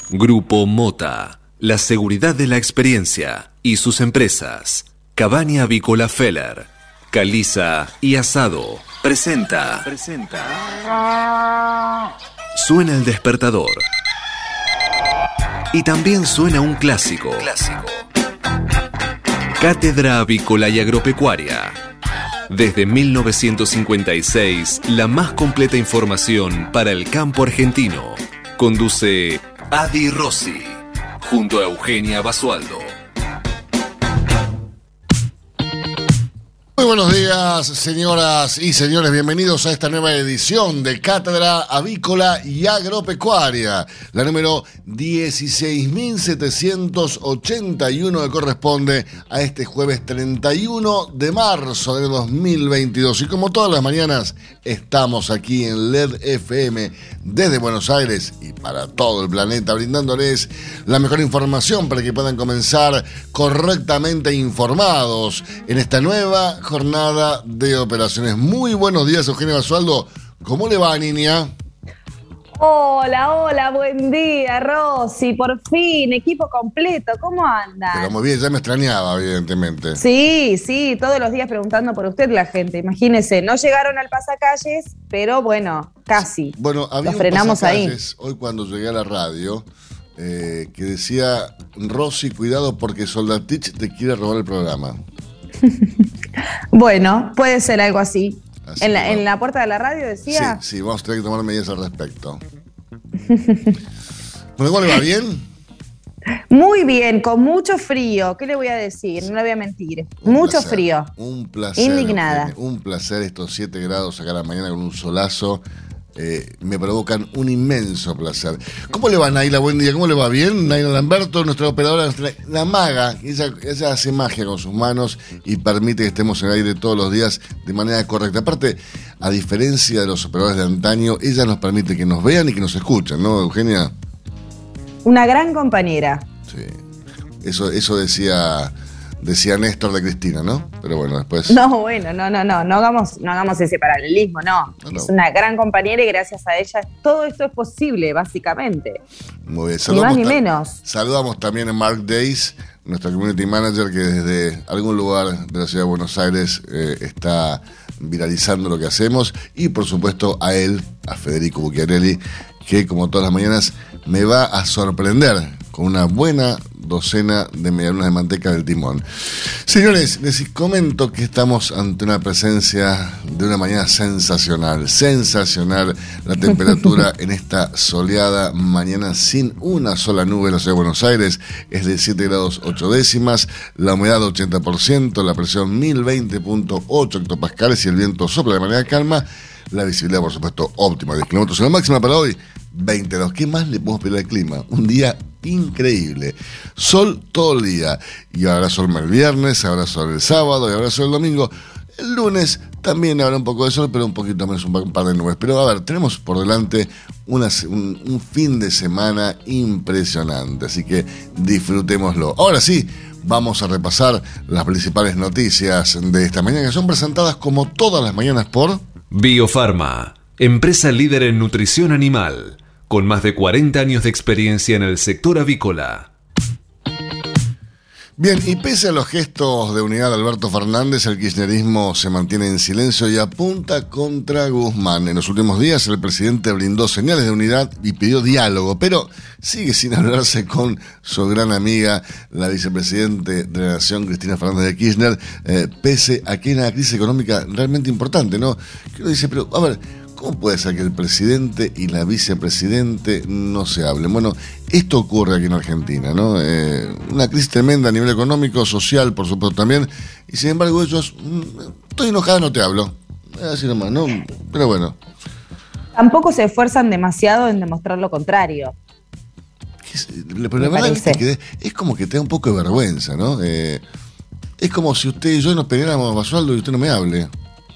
Grupo Mota, la seguridad de la experiencia y sus empresas. Cabaña Avícola Feller, Caliza y Asado presenta. Suena el despertador. Y también suena un clásico. Cátedra Avícola y Agropecuaria. Desde 1956, la más completa información para el campo argentino. Conduce Adi Rossi, junto a Eugenia Basualdo. Muy buenos días, señoras y señores. Bienvenidos a esta nueva edición de Cátedra Avícola y Agropecuaria, la número 16.781, que corresponde a este jueves 31 de marzo de 2022. Y como todas las mañanas, estamos aquí en LED FM desde Buenos Aires y para todo el planeta, brindándoles la mejor información para que puedan comenzar correctamente informados en esta nueva jornada de operaciones. Muy buenos días, Eugenia Basualdo. ¿Cómo le va, niña? Hola, buen día, Rosy. Por fin, equipo completo. ¿Cómo anda? Pero muy bien, ya me extrañaba, evidentemente. Sí, todos los días preguntando por usted la gente. Imagínese, no llegaron al pasacalles, pero bueno, casi. Bueno, había los frenamos ahí. Hoy cuando llegué a la radio, que decía, Rosy, cuidado porque Soldatich te quiere robar el programa. Bueno, puede ser algo así. En la puerta de la radio decía. Sí, vamos a tener que tomar medidas al respecto. Bueno, ¿cómo le va? ¿Bien? Muy bien, con mucho frío. ¿Qué le voy a decir? No le voy a mentir. Mucho frío. Un placer. Indignada. Un placer estos 7 grados acá a la mañana con un solazo. Me provocan un inmenso placer. ¿Cómo le va, Naila? Buen día. ¿Cómo le va? ¿Bien? Naila Lamberto, nuestra operadora, la maga. Ella hace magia con sus manos y permite que estemos en el aire todos los días de manera correcta. Aparte, a diferencia de los operadores de antaño, ella nos permite que nos vean y que nos escuchen, ¿no, Eugenia? Una gran compañera. Sí. Eso decía Néstor de Cristina, ¿no? Pero bueno, después... No hagamos ese paralelismo, no. Es una gran compañera y gracias a ella todo esto es posible, básicamente. Muy bien. Ni más ni menos. Saludamos también a Mark Days, nuestra community manager, que desde algún lugar de la ciudad de Buenos Aires está viralizando lo que hacemos. Y por supuesto a él, a Federico Bucchiarelli, que como todas las mañanas me va a sorprender con una buena docena de medialunas de manteca del timón. Señores, les comento que estamos ante una presencia de una mañana sensacional. La temperatura en esta soleada mañana sin una sola nube en la ciudad de Buenos Aires es de 7 grados 8 décimas, la humedad 80%, la presión 1020.8 hectopascales y el viento sopla de manera calma. La visibilidad, por supuesto, óptima, 10 kilómetros. La máxima para hoy, 22. ¿Qué más le podemos pedir al clima? Un día increíble. Sol todo el día. Y habrá sol el viernes, habrá sol el sábado y habrá sol el domingo. El lunes también habrá un poco de sol, pero un poquito menos, un par de nubes. Pero a ver, tenemos por delante un fin de semana impresionante. Así que disfrutémoslo. Ahora sí, vamos a repasar las principales noticias de esta mañana, que son presentadas como todas las mañanas por... Biofarma, empresa líder en nutrición animal, con más de 40 años de experiencia en el sector avícola. Bien, y pese a los gestos de unidad de Alberto Fernández, el kirchnerismo se mantiene en silencio y apunta contra Guzmán. En los últimos días el presidente brindó señales de unidad y pidió diálogo, pero sigue sin hablarse con su gran amiga, la vicepresidente de la Nación, Cristina Fernández de Kirchner, pese a que hay una crisis económica realmente importante, ¿no? Que uno dice, pero a ver, ¿cómo puede ser que el presidente y la vicepresidente no se hablen? Bueno, esto ocurre aquí en Argentina, ¿no? Una crisis tremenda a nivel económico, social, por supuesto también, y sin embargo ellos, estoy enojada, no te hablo. Así nomás, ¿no? Pero bueno. Tampoco se esfuerzan demasiado en demostrar lo contrario. Pero la verdad es que es como que te da un poco de vergüenza, ¿no? Es como si usted y yo nos peleáramos, Basualdo, y usted no me hable.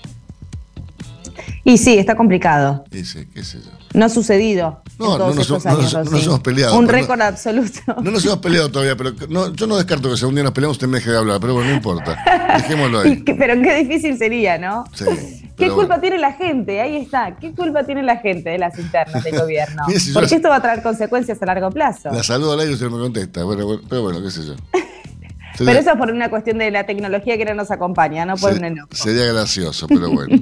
Y sí, está complicado. Dice, qué sé yo. No ha sucedido. No nos hemos peleado. Un récord absoluto. No nos hemos peleado todavía, pero yo no descarto que si un día nos peleamos usted me deje de hablar, pero bueno, no importa. Dejémoslo ahí. Pero qué difícil sería, ¿no? Sí. ¿Qué culpa tiene la gente? Ahí está. ¿Qué culpa tiene la gente de las internas del gobierno? Porque esto va a traer consecuencias a largo plazo. La saludo al aire y usted me contesta. Pero bueno, qué sé yo. Pero eso es por una cuestión de la tecnología que no nos acompaña, no por un enojo. Sería gracioso, pero bueno.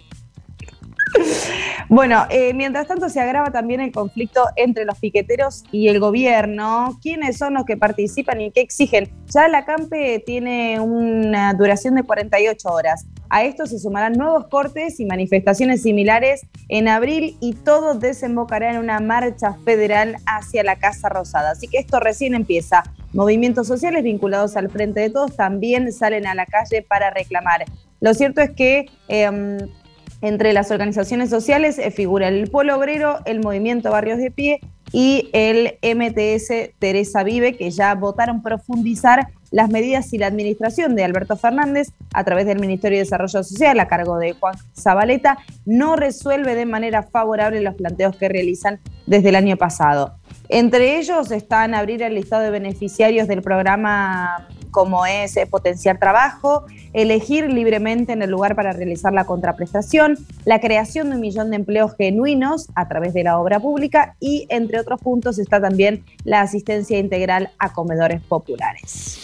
Bueno, mientras tanto se agrava también el conflicto entre los piqueteros y el gobierno. ¿Quiénes son los que participan y qué exigen? Ya la CAMPE tiene una duración de 48 horas. A esto se sumarán nuevos cortes y manifestaciones similares en abril y todo desembocará en una marcha federal hacia la Casa Rosada. Así que esto recién empieza. Movimientos sociales vinculados al Frente de Todos también salen a la calle para reclamar. Lo cierto es que entre las organizaciones sociales figura el Polo Obrero, el Movimiento Barrios de Pie y el MTS Teresa Vive, que ya votaron profundizar las medidas y la administración de Alberto Fernández a través del Ministerio de Desarrollo Social a cargo de Juan Zabaleta no resuelve de manera favorable los planteos que realizan desde el año pasado. Entre ellos están abrir el listado de beneficiarios del programa como es potenciar trabajo, elegir libremente en el lugar para realizar la contraprestación, la creación de 1 millón de empleos genuinos a través de la obra pública y, entre otros puntos, está también la asistencia integral a comedores populares.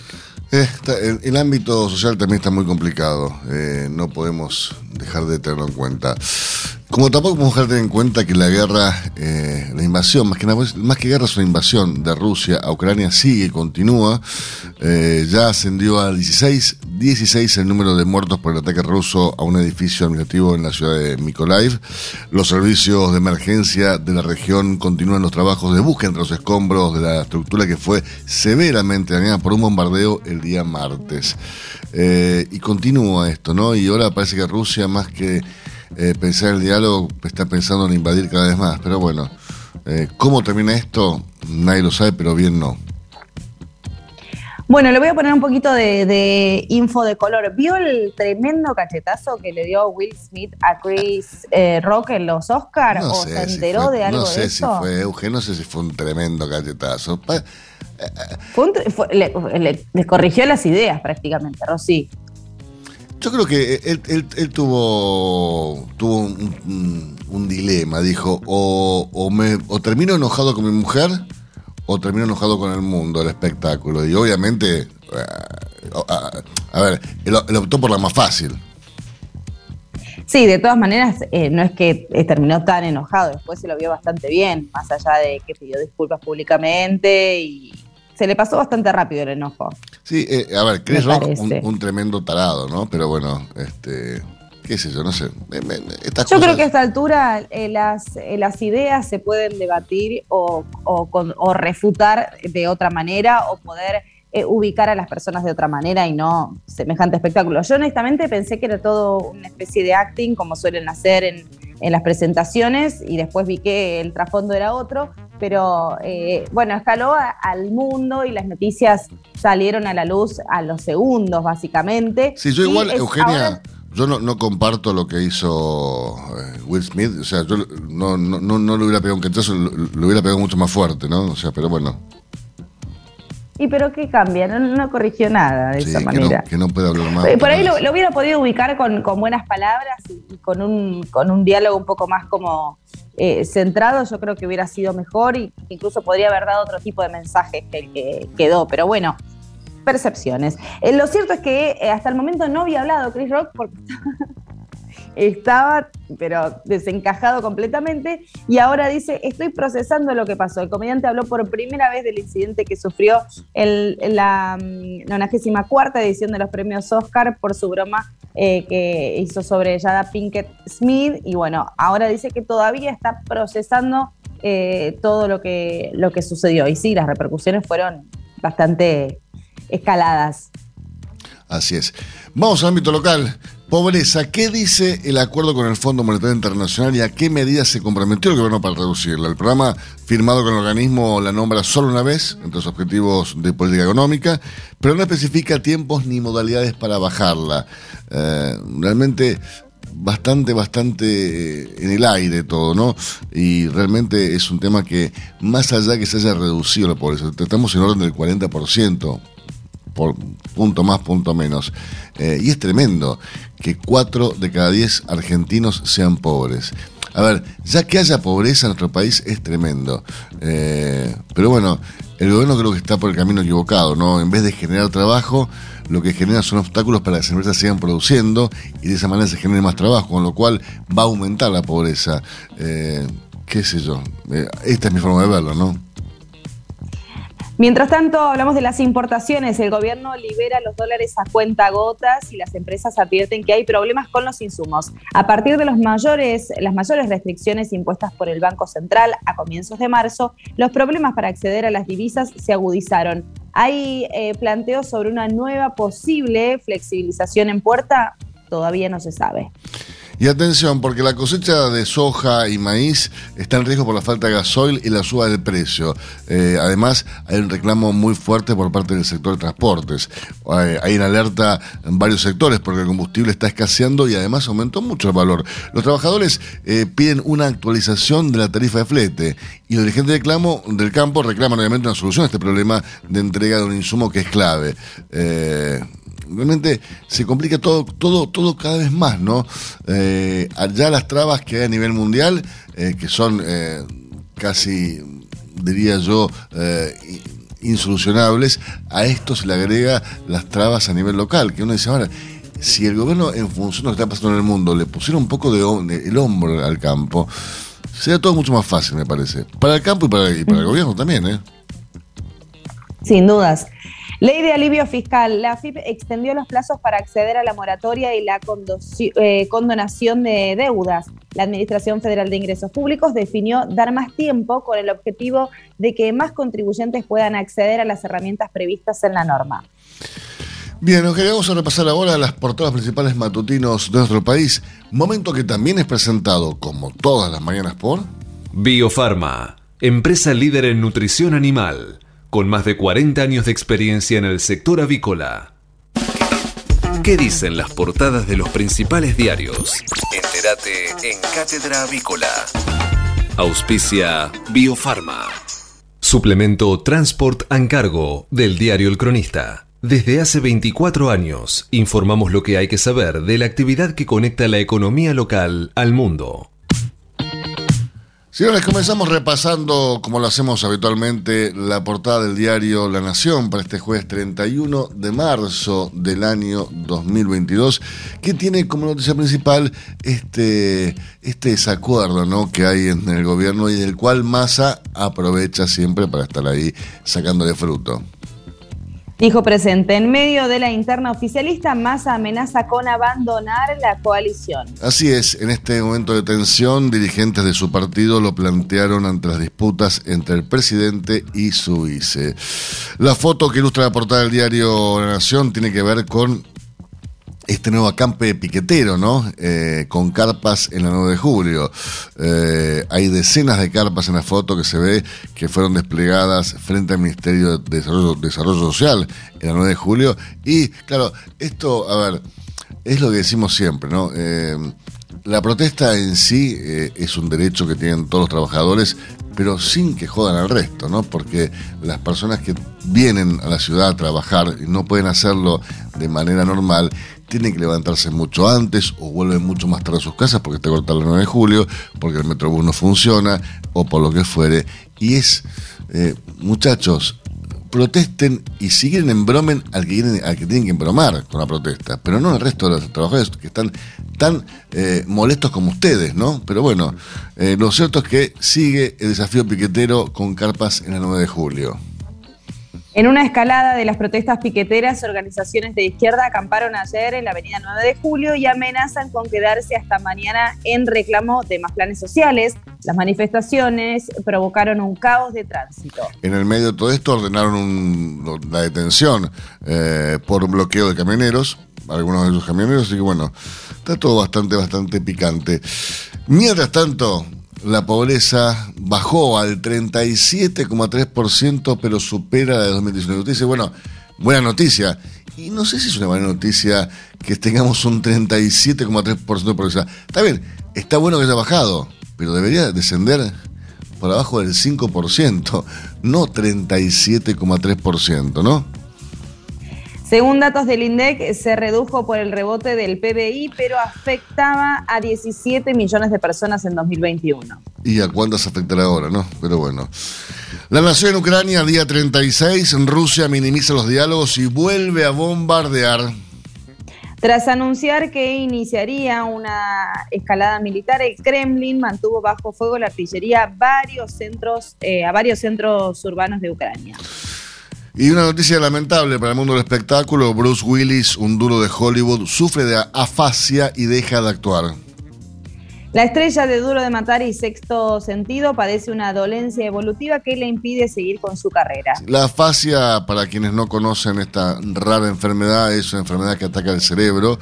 El ámbito social también está muy complicado, no podemos dejar de tenerlo en cuenta. Como tampoco podemos dejar de tener en cuenta que la guerra, la invasión, más que guerra es una invasión de Rusia a Ucrania, sigue, continúa. Ya ascendió a 16 el número de muertos por el ataque ruso a un edificio administrativo en la ciudad de Mykolaiv. Los servicios de emergencia de la región continúan los trabajos de búsqueda entre los escombros de la estructura que fue severamente dañada por un bombardeo el día martes. Y continúa esto, ¿no? Y ahora parece que Rusia, más que pensar el diálogo, está pensando en invadir cada vez más. Pero bueno, ¿cómo termina esto? Nadie lo sabe, pero bien no. Bueno, le voy a poner un poquito de info de color. ¿Vio el tremendo cachetazo que le dio Will Smith a Chris Rock en los Oscars? No ¿O sé se enteró de algo de eso? No sé si fue un tremendo cachetazo. Le corrigió las ideas prácticamente, Rosy. Yo creo que él tuvo un dilema. Dijo, o termino enojado con mi mujer o termino enojado con el mundo, el espectáculo. Y obviamente, él optó por la más fácil. Sí, de todas maneras, no es que terminó tan enojado. Después se lo vio bastante bien, más allá de que pidió disculpas públicamente y se le pasó bastante rápido el enojo. Sí, Chris Rock, un tremendo tarado, ¿no? Pero bueno, qué sé yo, no sé. Yo creo que a esta altura las ideas se pueden debatir o refutar de otra manera o poder ubicar a las personas de otra manera y no semejante espectáculo. Yo honestamente pensé que era todo una especie de acting como suelen hacer en las presentaciones y después vi que el trasfondo era otro, pero bueno, escaló al mundo y las noticias salieron a la luz a los segundos básicamente. Sí, yo igual, Eugenia, yo no comparto lo que hizo Will Smith, o sea, yo no le hubiera pegado un cachazo, le hubiera pegado mucho más fuerte, ¿no? O sea, pero bueno. ¿Y pero qué cambia? No corrigió nada de esa manera. Que no puede hablar más. Por ahí lo hubiera podido ubicar con buenas palabras y con un diálogo un poco más como centrado. Yo creo que hubiera sido mejor y incluso podría haber dado otro tipo de mensajes que el que quedó. Pero bueno, percepciones. Lo cierto es que hasta el momento no había hablado Chris Rock porque estaba pero desencajado completamente y ahora dice, estoy procesando lo que pasó. El comediante habló por primera vez del incidente que sufrió en la 94ª edición de los premios Oscar por su broma que hizo sobre Jada Pinkett Smith y bueno, ahora dice que todavía está procesando todo lo que sucedió y sí, las repercusiones fueron bastante escaladas. Así es. Vamos al ámbito local. Pobreza, ¿qué dice el acuerdo con el Fondo Monetario Internacional y a qué medidas se comprometió el gobierno para reducirla? El programa firmado con el organismo la nombra solo una vez entre los objetivos de política económica, pero no especifica tiempos ni modalidades para bajarla. Realmente bastante en el aire todo, ¿no? Y realmente es un tema que, más allá que se haya reducido la pobreza, estamos en orden del 40%. por punto más, punto menos. Y es tremendo que 4 de cada 10 argentinos sean pobres. A ver, ya que haya pobreza en nuestro país es tremendo. Pero bueno, el gobierno creo que está por el camino equivocado, ¿no? En vez de generar trabajo, lo que genera son obstáculos para que las empresas sigan produciendo y de esa manera se genere más trabajo, con lo cual va a aumentar la pobreza. Qué sé yo, esta es mi forma de verlo, ¿no? Mientras tanto, hablamos de las importaciones. El gobierno libera los dólares a cuentagotas y las empresas advierten que hay problemas con los insumos. A partir de las mayores restricciones impuestas por el Banco Central a comienzos de marzo, los problemas para acceder a las divisas se agudizaron. ¿Hay planteos sobre una nueva posible flexibilización en puerta? Todavía no se sabe. Y atención, porque la cosecha de soja y maíz está en riesgo por la falta de gasoil y la suba del precio. Además, hay un reclamo muy fuerte por parte del sector de transportes. Hay en alerta en varios sectores porque el combustible está escaseando y además aumentó mucho el valor. Los trabajadores piden una actualización de la tarifa de flete y los dirigentes del campo reclaman obviamente una solución a este problema de entrega de un insumo que es clave. Realmente se complica todo cada vez más, ¿no? Ya las trabas que hay a nivel mundial, que son casi, diría yo, insolucionables, a esto se le agrega las trabas a nivel local, que uno dice, ahora, si el gobierno, en función de lo que está pasando en el mundo, le pusiera un poco el hombro al campo, sería todo mucho más fácil, me parece. Para el campo y para el gobierno también, ¿eh? Sin dudas. Ley de alivio fiscal. La AFIP extendió los plazos para acceder a la moratoria y la condonación de deudas. La Administración Federal de Ingresos Públicos definió dar más tiempo con el objetivo de que más contribuyentes puedan acceder a las herramientas previstas en la norma. Bien, nos queremos repasar ahora las portadas principales matutinos de nuestro país. Momento que también es presentado, como todas las mañanas, por Biofarma, empresa líder en nutrición animal, con más de 40 años de experiencia en el sector avícola. ¿Qué dicen las portadas de los principales diarios? Entérate en Cátedra Avícola. Auspicia Biofarma. Suplemento Transport and Cargo del diario El Cronista. Desde hace 24 años informamos lo que hay que saber de la actividad que conecta la economía local al mundo. Señores, comenzamos repasando, como lo hacemos habitualmente, la portada del diario La Nación para este jueves 31 de marzo del año 2022, que tiene como noticia principal este desacuerdo, ¿no?, que hay en el gobierno y del cual Massa aprovecha siempre para estar ahí sacándole fruto. Dijo presente, en medio de la interna oficialista, Massa amenaza con abandonar la coalición. Así es, en este momento de tensión, dirigentes de su partido lo plantearon ante las disputas entre el presidente y su vice. La foto que ilustra la portada del diario La Nación tiene que ver con este nuevo acampe piquetero, ¿no? Con carpas en la 9 de julio. Hay decenas de carpas en la foto que se ve que fueron desplegadas frente al Ministerio de Desarrollo Social en la 9 de julio. Y, claro, esto, a ver, es lo que decimos siempre, ¿no? La protesta en sí es un derecho que tienen todos los trabajadores, pero sin que jodan al resto, ¿no? Porque las personas que vienen a la ciudad a trabajar y no pueden hacerlo de manera normal, tienen que levantarse mucho antes o vuelven mucho más tarde a sus casas porque está cortada el 9 de julio, porque el Metrobús no funciona o por lo que fuere. Y es, muchachos, protesten y siguen embromen al que tienen que embromar con la protesta, pero no el resto de los trabajadores que están tan molestos como ustedes, ¿no? Pero bueno, lo cierto es que sigue el desafío piquetero con carpas en el 9 de julio. En una escalada de las protestas piqueteras, organizaciones de izquierda acamparon ayer en la avenida 9 de julio y amenazan con quedarse hasta mañana en reclamo de más planes sociales. Las manifestaciones provocaron un caos de tránsito. En el medio de todo esto ordenaron la detención por bloqueo de camioneros, algunos de esos camioneros, así que bueno, está todo bastante picante. Mientras tanto, la pobreza bajó al 37,3%, pero supera la de 2019. Usted dice, bueno, buena noticia. Y no sé si es una buena noticia que tengamos un 37,3% de pobreza. Está bien, está bueno que haya bajado, pero debería descender por abajo del 5%, no 37,3%, ¿no? Según datos del INDEC, se redujo por el rebote del PBI, pero afectaba a 17 millones de personas en 2021. ¿Y a cuántas afectará ahora, no? Pero bueno. La nación en Ucrania, día 36, Rusia minimiza los diálogos y vuelve a bombardear. Tras anunciar que iniciaría una escalada militar, el Kremlin mantuvo bajo fuego la artillería a varios centros urbanos de Ucrania. Y una noticia lamentable para el mundo del espectáculo: Bruce Willis, un duro de Hollywood, sufre de afasia y deja de actuar. La estrella de Duro de Matar y Sexto Sentido padece una dolencia evolutiva que le impide seguir con su carrera. La afasia, para quienes no conocen esta rara enfermedad, es una enfermedad que ataca el cerebro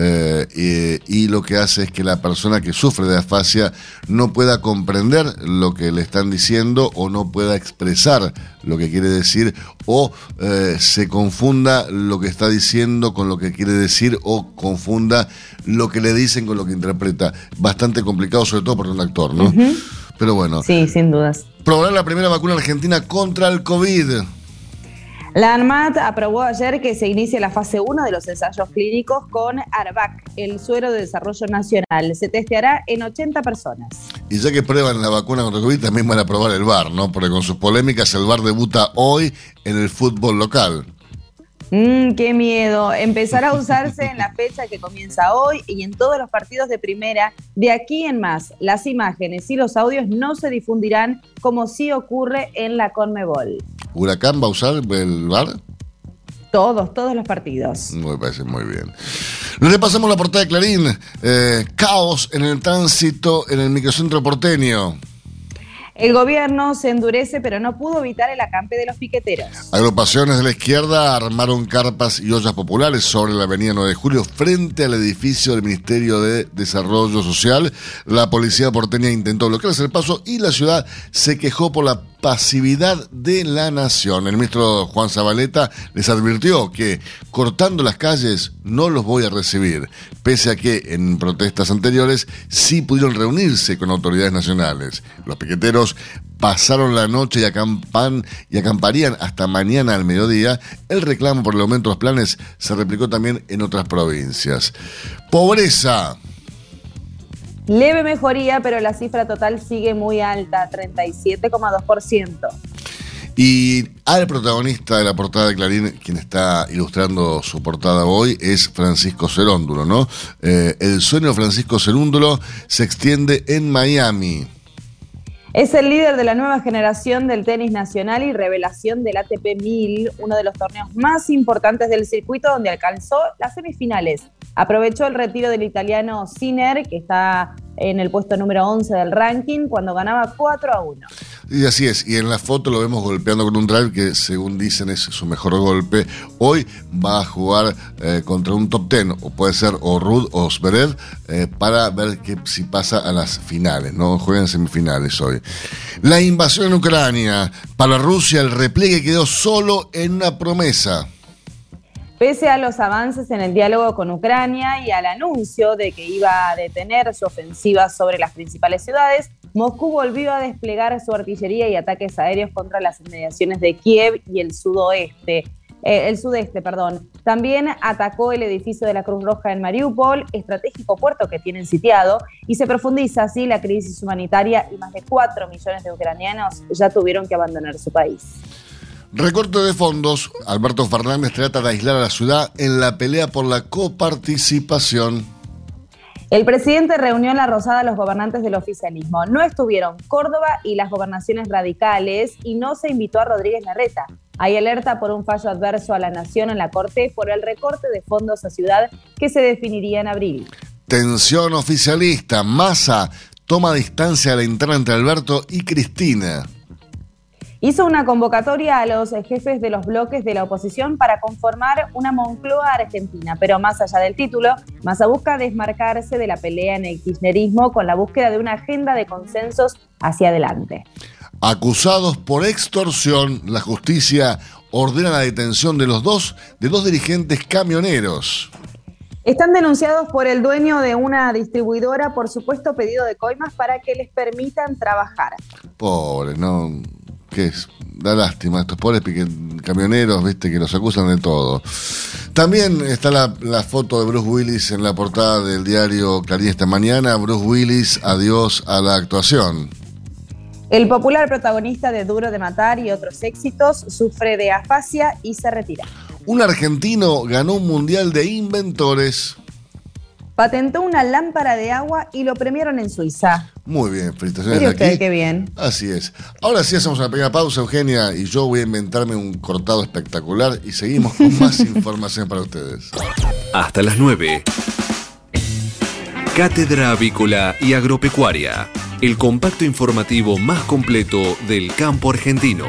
y lo que hace es que la persona que sufre de afasia no pueda comprender lo que le están diciendo o no pueda expresar lo que quiere decir o se confunda lo que está diciendo con lo que quiere decir o confunda lo que le dicen con lo que interpreta. Bastante complicado, sobre todo para un actor, ¿no? Uh-huh. Pero bueno. Sí, sin dudas. Probará la primera vacuna argentina contra el COVID. La ANMAT aprobó ayer que se inicie la fase 1 de los ensayos clínicos con Arvac, el suero de desarrollo nacional. Se testeará en 80 personas. Y ya que prueban la vacuna contra el COVID, también van a probar el VAR, ¿no? Porque con sus polémicas el VAR debuta hoy en el fútbol local. ¡Qué miedo! Empezará a usarse en la fecha que comienza hoy y en todos los partidos de primera. De aquí en más, las imágenes y los audios no se difundirán como sí ocurre en la Conmebol. ¿Huracán va a usar el VAR? Todos los partidos. Me parece muy bien. Nos repasamos la portada de Clarín. Caos en el tránsito en el microcentro porteño. El gobierno se endurece, pero no pudo evitar el acampe de los piqueteros. Agrupaciones de la izquierda armaron carpas y ollas populares sobre la avenida 9 de Julio frente al edificio del Ministerio de Desarrollo Social. La policía porteña intentó bloquearles el paso y la ciudad se quejó por la pasividad de la nación. El ministro Juan Zabaleta les advirtió que cortando las calles no los voy a recibir, pese a que en protestas anteriores sí pudieron reunirse con autoridades nacionales. Los piqueteros pasaron la noche y acamparían hasta mañana al mediodía. El reclamo por el aumento de los planes se replicó también en otras provincias. Pobreza. Leve mejoría, pero la cifra total sigue muy alta, 37,2%. Y al protagonista de la portada de Clarín, quien está ilustrando su portada hoy, es Francisco Cerúndulo, ¿no? El sueño de Francisco Cerúndulo se extiende en Miami. Es el líder de la nueva generación del tenis nacional y revelación del ATP 1000, uno de los torneos más importantes del circuito, donde alcanzó las semifinales. Aprovechó el retiro del italiano Sinner, que está en el puesto número 11 del ranking, cuando ganaba 4-1. Y así es, y en la foto lo vemos golpeando con un drive que, según dicen, es su mejor golpe. Hoy va a jugar contra un top 10, o puede ser o Ruud o Zverev, para ver si pasa a las finales, ¿no? Juegan semifinales hoy. La invasión en Ucrania. Para Rusia, el repliegue quedó solo en una promesa. Pese a los avances en el diálogo con Ucrania y al anuncio de que iba a detener su ofensiva sobre las principales ciudades, Moscú volvió a desplegar su artillería y ataques aéreos contra las inmediaciones de Kiev y el sudeste. También atacó el edificio de la Cruz Roja en Mariupol, estratégico puerto que tienen sitiado, y se profundiza así la crisis humanitaria y más de 4 millones de ucranianos ya tuvieron que abandonar su país. Recorte de fondos. Alberto Fernández trata de aislar a la ciudad en la pelea por la coparticipación. El presidente reunió en La Rosada a los gobernantes del oficialismo. No estuvieron Córdoba y las gobernaciones radicales y no se invitó a Rodríguez Larreta. Hay alerta por un fallo adverso a la Nación en la Corte por el recorte de fondos a ciudad que se definiría en abril. Tensión oficialista. Massa toma distancia a la interna entre Alberto y Cristina. Hizo una convocatoria a los jefes de los bloques de la oposición para conformar una Moncloa argentina, pero más allá del título, Massa busca desmarcarse de la pelea en el kirchnerismo con la búsqueda de una agenda de consensos hacia adelante. Acusados por extorsión, la justicia ordena la detención de dos dirigentes camioneros. Están denunciados por el dueño de una distribuidora por supuesto pedido de coimas para que les permitan trabajar. Pobre, ¿no? ¿Qué es? Da lástima, estos pobres camioneros, viste, que los acusan de todo. También está la foto de Bruce Willis en la portada del diario Clarín esta mañana. Bruce Willis, adiós a la actuación. El popular protagonista de Duro de Matar y otros éxitos sufre de afasia y se retira. Un argentino ganó un mundial de inventores. Patentó una lámpara de agua y lo premiaron en Suiza. Muy bien, felicitaciones Mire de aquí. usted, qué bien. Así es. Ahora sí hacemos una pequeña pausa, Eugenia, y yo voy a inventarme un cortado espectacular y seguimos con más información para ustedes. Hasta las 9. Cátedra Avícola y Agropecuaria, el compacto informativo más completo del campo argentino.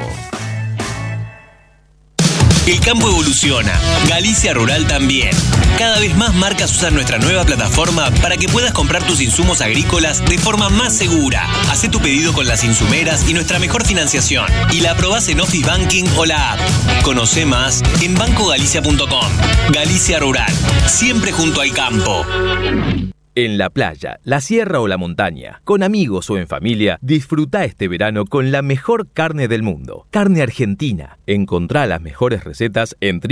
El campo evoluciona, Galicia Rural también. Cada vez más marcas usan nuestra nueva plataforma para que puedas comprar tus insumos agrícolas de forma más segura. Hacé tu pedido con las insumeras y nuestra mejor financiación. Y la aprobás en Office Banking o la app. Conocé más en bancogalicia.com. Galicia Rural, siempre junto al campo. En la playa, la sierra o la montaña, con amigos o en familia, disfruta este verano con la mejor carne del mundo. Carne Argentina. Encontrá las mejores recetas en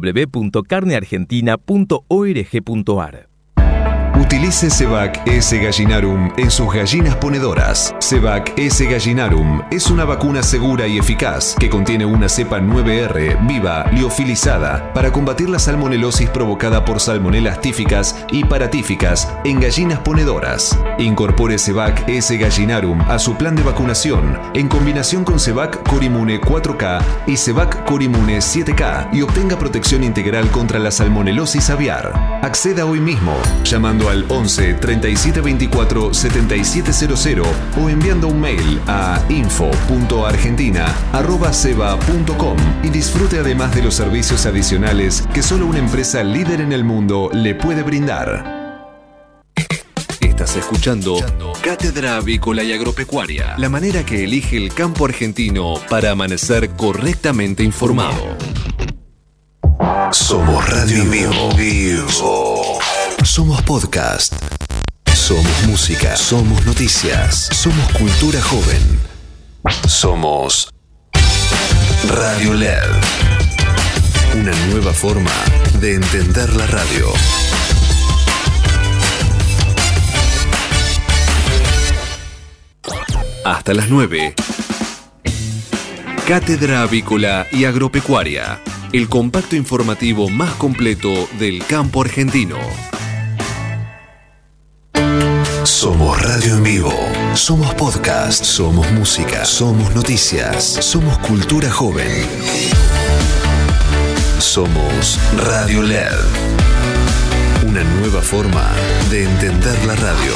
www.carneargentina.org.ar. Utilice Cebac S. gallinarum en sus gallinas ponedoras. Cebac S. gallinarum es una vacuna segura y eficaz que contiene una cepa 9R viva liofilizada para combatir la salmonelosis provocada por salmonelas tíficas y paratíficas en gallinas ponedoras. Incorpore Cebac S. gallinarum a su plan de vacunación en combinación con Cebac Corimune 4K y Cebac Corimune 7K y obtenga protección integral contra la salmonelosis aviar. Acceda hoy mismo llamando al 11 37 24 7700 o enviando un mail a info.argentina@ceba.com y disfrute además de los servicios adicionales que solo una empresa líder en el mundo le puede brindar. Estás escuchando Cátedra Avícola y Agropecuaria, la manera que elige el campo argentino para amanecer correctamente informado. Somos Radio en Vivo. Somos podcast. Somos música. Somos noticias. Somos cultura joven. Somos Radio LED. Una nueva forma de entender la radio. Hasta las 9. Cátedra Avícola y Agropecuaria, el compacto informativo más completo del campo argentino. Somos Radio en Vivo. Somos podcast. Somos música. Somos noticias. Somos cultura joven. Somos Radio LED. Una nueva forma de entender la radio.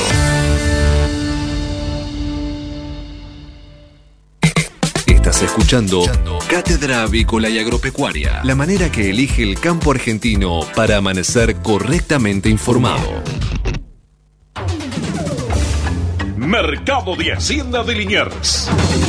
Estás escuchando Cátedra Avícola y Agropecuaria, la manera que elige el campo argentino para amanecer correctamente informado. Mercado de Hacienda de Liniers.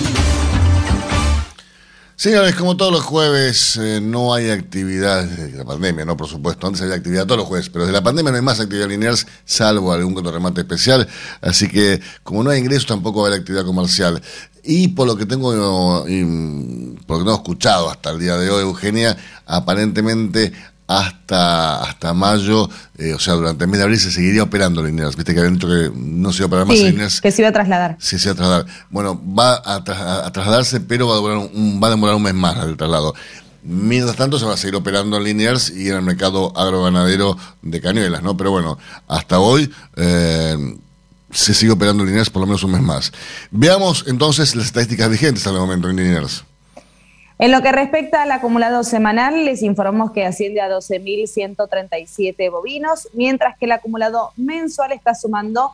Señores, como todos los jueves, no hay actividad desde la pandemia, ¿no? Por supuesto, antes había actividad todos los jueves, pero desde la pandemia no hay más actividad en Liniers, salvo algún remate especial, así que como no hay ingresos tampoco va a haber actividad comercial. Y por lo que tengo escuchado hasta el día de hoy, Eugenia, aparentemente hasta mayo, o sea, durante el mes de abril se seguiría operando Liniers. Viste que habían dicho que no se iba a operar más Liniers. Que se iba a trasladar. Sí, se iba a trasladar. Bueno, va a trasladarse, pero va a demorar un mes más el traslado. Mientras tanto, se va a seguir operando en Liniers y en el mercado agroganadero de Cañuelas, ¿no? Pero bueno, hasta hoy se sigue operando en Liniers por lo menos un mes más. Veamos entonces las estadísticas vigentes al momento en Liniers. En lo que respecta al acumulado semanal, les informamos que asciende a 12.137 bovinos, mientras que el acumulado mensual está sumando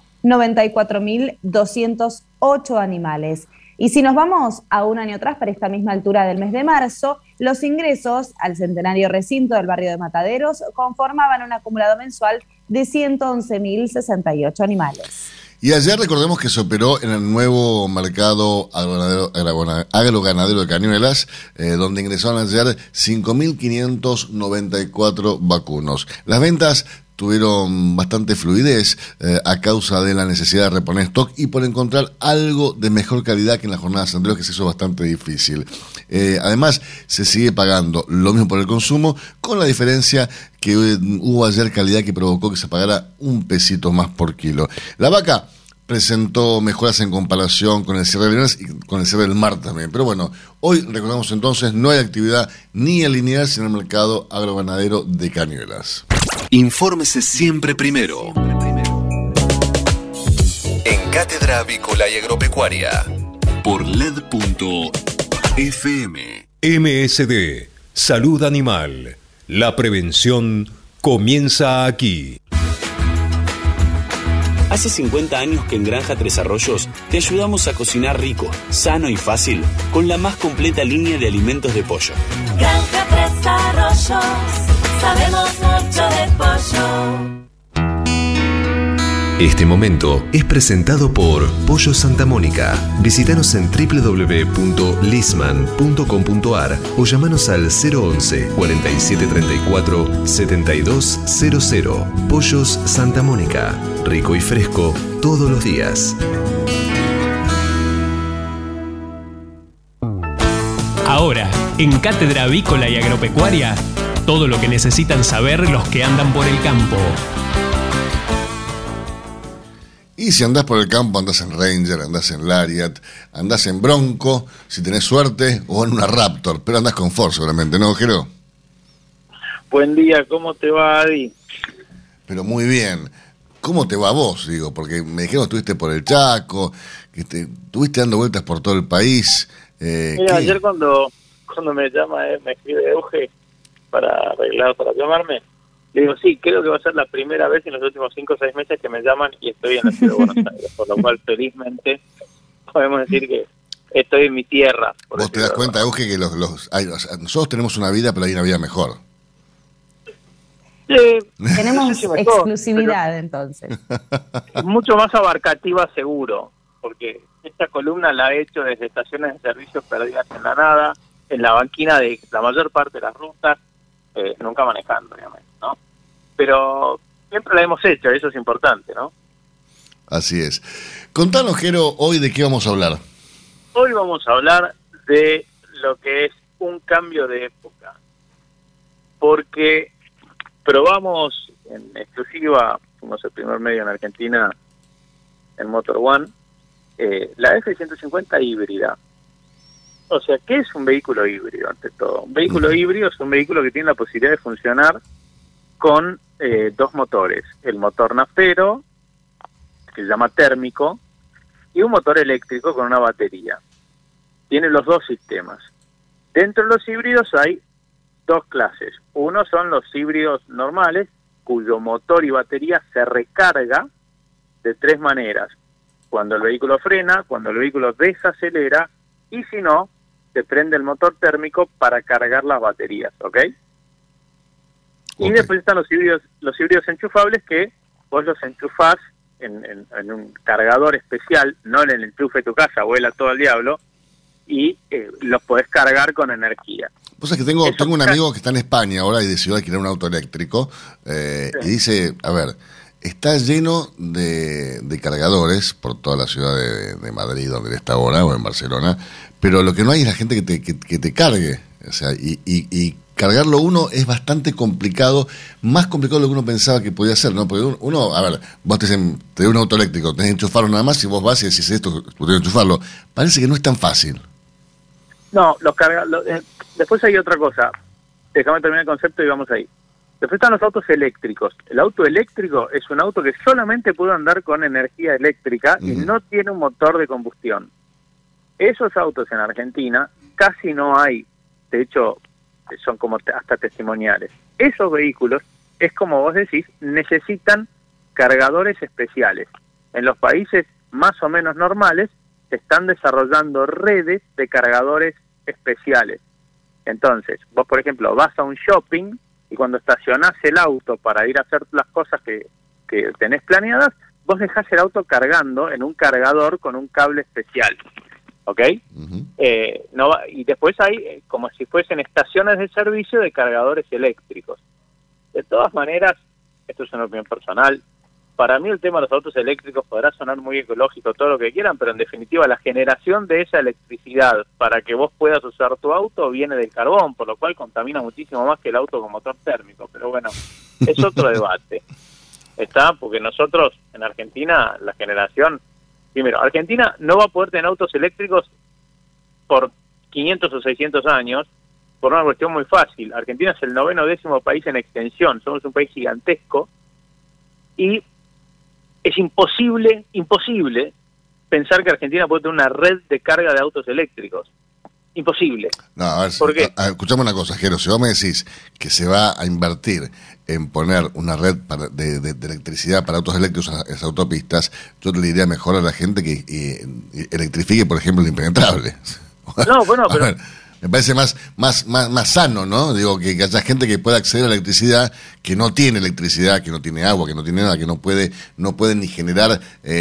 94.208 animales. Y si nos vamos a un año atrás, para esta misma altura del mes de marzo, los ingresos al centenario recinto del barrio de Mataderos conformaban un acumulado mensual de 111.068 animales. Y ayer recordemos que se operó en el nuevo mercado agroganadero de Cañuelas, donde ingresaron ayer 5.594 vacunos. Las ventas tuvieron bastante fluidez a causa de la necesidad de reponer stock y por encontrar algo de mejor calidad que en las jornadas anteriores, que se hizo bastante difícil. Además, se sigue pagando lo mismo por el consumo, con la diferencia que hubo ayer calidad que provocó que se pagara un pesito más por kilo. La Vaca presentó mejoras en comparación con el cierre del viernes y con el cierre del martes también. Pero bueno, hoy recordamos entonces, no hay actividad ni en lineal sino en el mercado agroganadero de Cañuelas. Infórmese siempre primero. En Cátedra Avícola y Agropecuaria. Por LED.fm. MSD, Salud Animal. La prevención comienza aquí. Hace 50 años que en Granja Tres Arroyos te ayudamos a cocinar rico, sano y fácil con la más completa línea de alimentos de pollo. Granja Tres Arroyos, sabemos mucho de pollo. Este momento es presentado por Pollo Santa Mónica. Visítanos en www.lisman.com.ar o llamanos al 011 4734 7200. Pollos Santa Mónica. Rico y fresco todos los días. Ahora, en Cátedra Avícola y Agropecuaria, todo lo que necesitan saber los que andan por el campo. Y si andás por el campo, andás en Ranger, andás en Lariat, andás en Bronco, si tenés suerte, o en una Raptor, pero andás con Ford seguramente, ¿no, Jero? Buen día, ¿cómo te va, Adi? Pero muy bien. ¿Cómo te va a vos? Digo, porque me dijeron que estuviste por el Chaco, que estuviste dando vueltas por todo el país. Mira, ayer cuando me llama, me escribe Euge para llamarme, le digo, sí, creo que va a ser la primera vez en los últimos 5 o 6 meses que me llaman y estoy en la ciudad de Buenos Aires, por lo cual felizmente podemos decir que estoy en mi tierra. Vos te das cuenta, Euge, que nosotros tenemos una vida, pero hay una vida mejor. Tenemos mejor, exclusividad entonces. Mucho más abarcativa seguro, porque esta columna la he hecho desde estaciones de servicios perdidas en la nada, en la banquina de la mayor parte de las rutas, nunca manejando, obviamente, ¿no? Pero siempre la hemos hecho, eso es importante, ¿no? Así es. Contanos, Jero, hoy de qué vamos a hablar. Hoy vamos a hablar de lo que es un cambio de época, porque probamos en exclusiva, fuimos el primer medio en Argentina en Motor One, la F-150 híbrida. O sea, ¿qué es un vehículo híbrido ante todo? Un vehículo híbrido es un vehículo que tiene la posibilidad de funcionar con 2 motores. El motor naftero, que se llama térmico, y un motor eléctrico con una batería. Tiene los 2 sistemas. Dentro de los híbridos hay 2 clases. Uno son los híbridos normales, cuyo motor y batería se recarga de 3 maneras. Cuando el vehículo frena, cuando el vehículo desacelera, y si no, se prende el motor térmico para cargar las baterías, ¿ok? Y después están los híbridos enchufables, que vos los enchufás en un cargador especial, no en el enchufe de tu casa, vuela todo el diablo, y los podés cargar con energía. Vos sabés que tengo un amigo que está en España ahora y decidió alquilar un auto eléctrico, y dice, a ver, está lleno de cargadores por toda la ciudad de Madrid, donde él está ahora, o en Barcelona, pero lo que no hay es la gente que te cargue. O sea, y cargarlo uno es bastante complicado, más complicado de lo que uno pensaba que podía ser, ¿no? Porque uno, a ver, vos te doy un auto eléctrico, tenés que enchufarlo nada más, y vos vas y decís esto, podés enchufarlo. Parece que no es tan fácil. No, después hay otra cosa. Déjame terminar el concepto y vamos ahí. Después están los autos eléctricos. El auto eléctrico es un auto que solamente puede andar con energía eléctrica y no tiene un motor de combustión. Esos autos en Argentina casi no hay, de hecho son como hasta testimoniales. Esos vehículos, es como vos decís, necesitan cargadores especiales. En los países más o menos normales se están desarrollando redes de cargadores especiales. Entonces, vos por ejemplo vas a un shopping y cuando estacionás el auto para ir a hacer las cosas que tenés planeadas, vos dejás el auto cargando en un cargador con un cable especial. ¿Ok? Y después hay como si fuesen estaciones de servicio de cargadores eléctricos. De todas maneras, esto es una opinión personal, para mí el tema de los autos eléctricos podrá sonar muy ecológico, todo lo que quieran, pero en definitiva la generación de esa electricidad para que vos puedas usar tu auto viene del carbón, por lo cual contamina muchísimo más que el auto con motor térmico. Pero bueno, es otro debate. Está, porque nosotros en Argentina, la generación... Primero, Argentina no va a poder tener autos eléctricos por 500 o 600 años, por una cuestión muy fácil. Argentina es el 9º o 10º país en extensión, somos un país gigantesco, y es imposible pensar que Argentina puede tener una red de carga de autos eléctricos. Imposible. No, a ver, escuchame una cosa, Jero, si vos me decís que se va a invertir en poner una red de electricidad para autos eléctricos en las autopistas, yo te diría mejor a la gente que electrifique, por ejemplo, el impenetrable. No, bueno, pero... Ver, me parece más sano, ¿no? Digo, que haya gente que pueda acceder a la electricidad, que no tiene electricidad, que no tiene agua, que no tiene nada, que no puede ni generar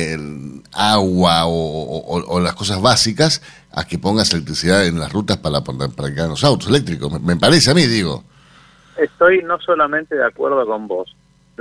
agua o las cosas básicas, a que pongas electricidad en las rutas para que hagan los autos eléctricos. Me parece a mí, digo. Estoy no solamente de acuerdo con vos,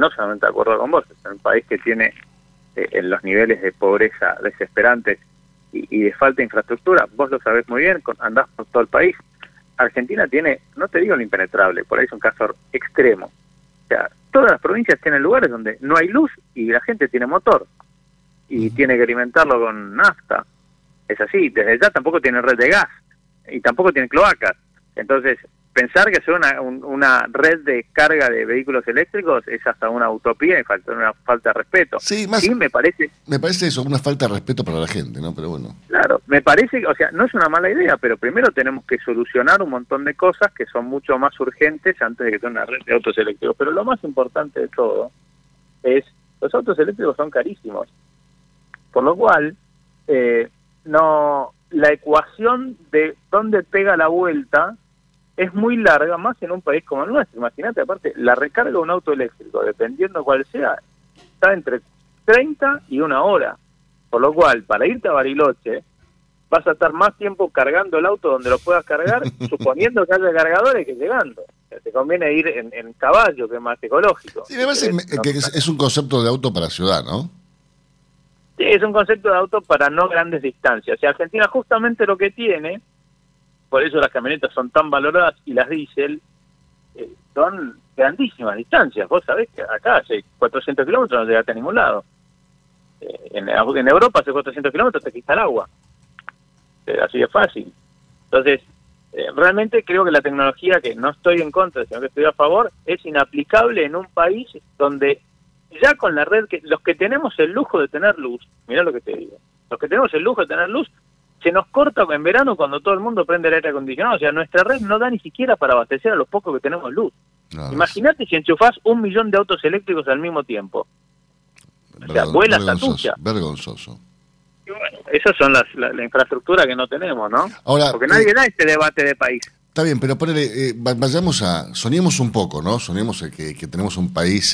es un país que tiene en los niveles de pobreza desesperantes y de falta de infraestructura, vos lo sabés muy bien, andás por todo el país. Argentina tiene, no te digo lo impenetrable, por ahí es un caso extremo. O sea, todas las provincias tienen lugares donde no hay luz y la gente tiene motor y tiene que alimentarlo con nafta. Es así, desde ya tampoco tiene red de gas y tampoco tiene cloacas. Entonces, pensar que es una red de carga de vehículos eléctricos es hasta una utopía y una falta de respeto. Sí, me parece eso, una falta de respeto para la gente, ¿no? Pero bueno. Claro, me parece, o sea, no es una mala idea, pero primero tenemos que solucionar un montón de cosas que son mucho más urgentes antes de que tenga una red de autos eléctricos. Pero lo más importante de todo es, los autos eléctricos son carísimos, por lo cual la ecuación de dónde pega la vuelta es muy larga, más en un país como el nuestro. Imagínate, aparte, la recarga de un auto eléctrico, dependiendo cuál sea, está entre 30 y 1 hora. Por lo cual, para irte a Bariloche, vas a estar más tiempo cargando el auto donde lo puedas cargar, suponiendo que haya cargadores, que llegando. O sea, te conviene ir en caballo, que es más ecológico. Sí, me parece que es un concepto de auto para ciudad, ¿no? Sí, es un concepto de auto para no grandes distancias. O sea, Argentina justamente lo que tiene... Por eso las camionetas son tan valoradas y las diésel son grandísimas distancias. Vos sabés que acá hace 400 kilómetros no llegaste a ningún lado. En Europa hace 400 kilómetros te quita el agua. Así de fácil. Entonces, realmente creo que la tecnología, que no estoy en contra, sino que estoy a favor, es inaplicable en un país donde ya con la red, los que tenemos el lujo de tener luz, mirá lo que te digo, los que tenemos el lujo de tener luz, se nos corta en verano cuando todo el mundo prende el aire acondicionado. O sea, nuestra red no da ni siquiera para abastecer a los pocos que tenemos luz. No, imagínate si enchufás 1 millón de autos eléctricos al mismo tiempo. O sea, vuela hasta tuya. Vergonzoso. Y bueno, esas son la infraestructura que no tenemos, ¿no? Ahora, porque nadie da este debate de país. Está bien, pero ponele, soñemos un poco, ¿no? Soñemos que tenemos un país...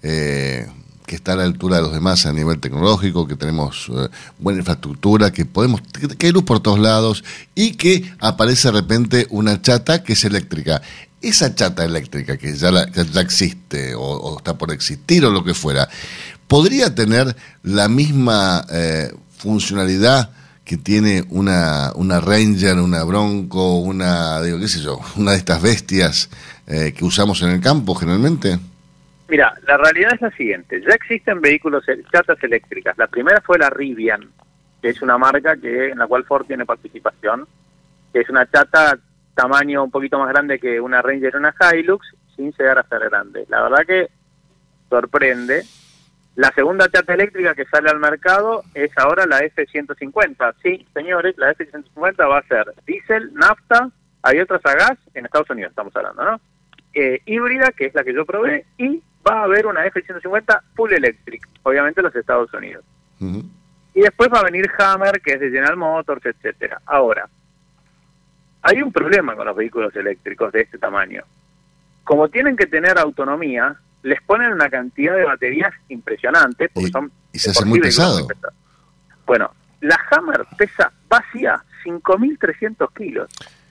que está a la altura de los demás a nivel tecnológico, que tenemos buena infraestructura, que hay luz por todos lados y que aparece de repente una chata que es eléctrica. Esa chata eléctrica que ya existe o está por existir o lo que fuera, ¿podría tener la misma funcionalidad que tiene una Ranger, una Bronco, una de estas bestias que usamos en el campo generalmente? Mira, la realidad es la siguiente. Ya existen vehículos, chatas eléctricas. La primera fue la Rivian, que es una marca en la cual Ford tiene participación, que es una chata tamaño un poquito más grande que una Ranger o una Hilux, sin llegar a ser grande. La verdad que sorprende. La segunda chata eléctrica que sale al mercado es ahora la F-150. Sí, señores, la F-150 va a ser diésel, nafta, hay otras a gas, en Estados Unidos estamos hablando, ¿no? Híbrida, que es la que yo probé, y va a haber una F-150 full electric, obviamente en los Estados Unidos. Uh-huh. Y después va a venir Hammer, que es de General Motors, etcétera. Ahora, hay un problema con los vehículos eléctricos de este tamaño. Como tienen que tener autonomía, les ponen una cantidad de baterías impresionantes, porque y se hace muy pesado. Bueno, la Hammer pesa vacía 5.300 kilos.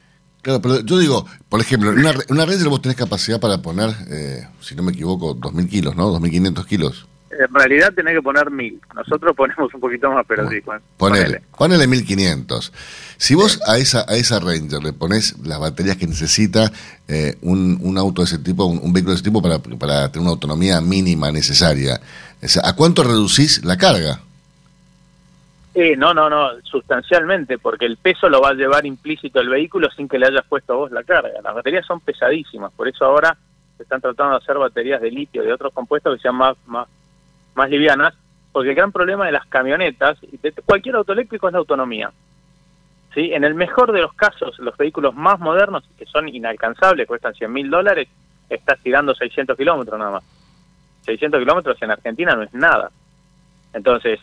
Claro, pero yo digo, por ejemplo, en una Ranger vos tenés capacidad para poner, si no me equivoco, 2.000 kilos, ¿no? 2.500 kilos. En realidad tenés que poner 1.000. Nosotros ponemos un poquito más, pero sí. Ponele 1.500. Si vos a esa Ranger le ponés las baterías que necesita un auto de ese tipo, un vehículo de ese tipo para tener una autonomía mínima necesaria, o sea, ¿a cuánto reducís la carga? No, sustancialmente, porque el peso lo va a llevar implícito el vehículo sin que le hayas puesto a vos la carga. Las baterías son pesadísimas, por eso ahora se están tratando de hacer baterías de litio, de otros compuestos que sean más livianas, porque el gran problema de las camionetas y de cualquier auto eléctrico es la autonomía. ¿Sí? En el mejor de los casos, los vehículos más modernos, que son inalcanzables, cuestan $100.000, estás tirando 600 kilómetros nada más. 600 kilómetros en Argentina no es nada. Entonces,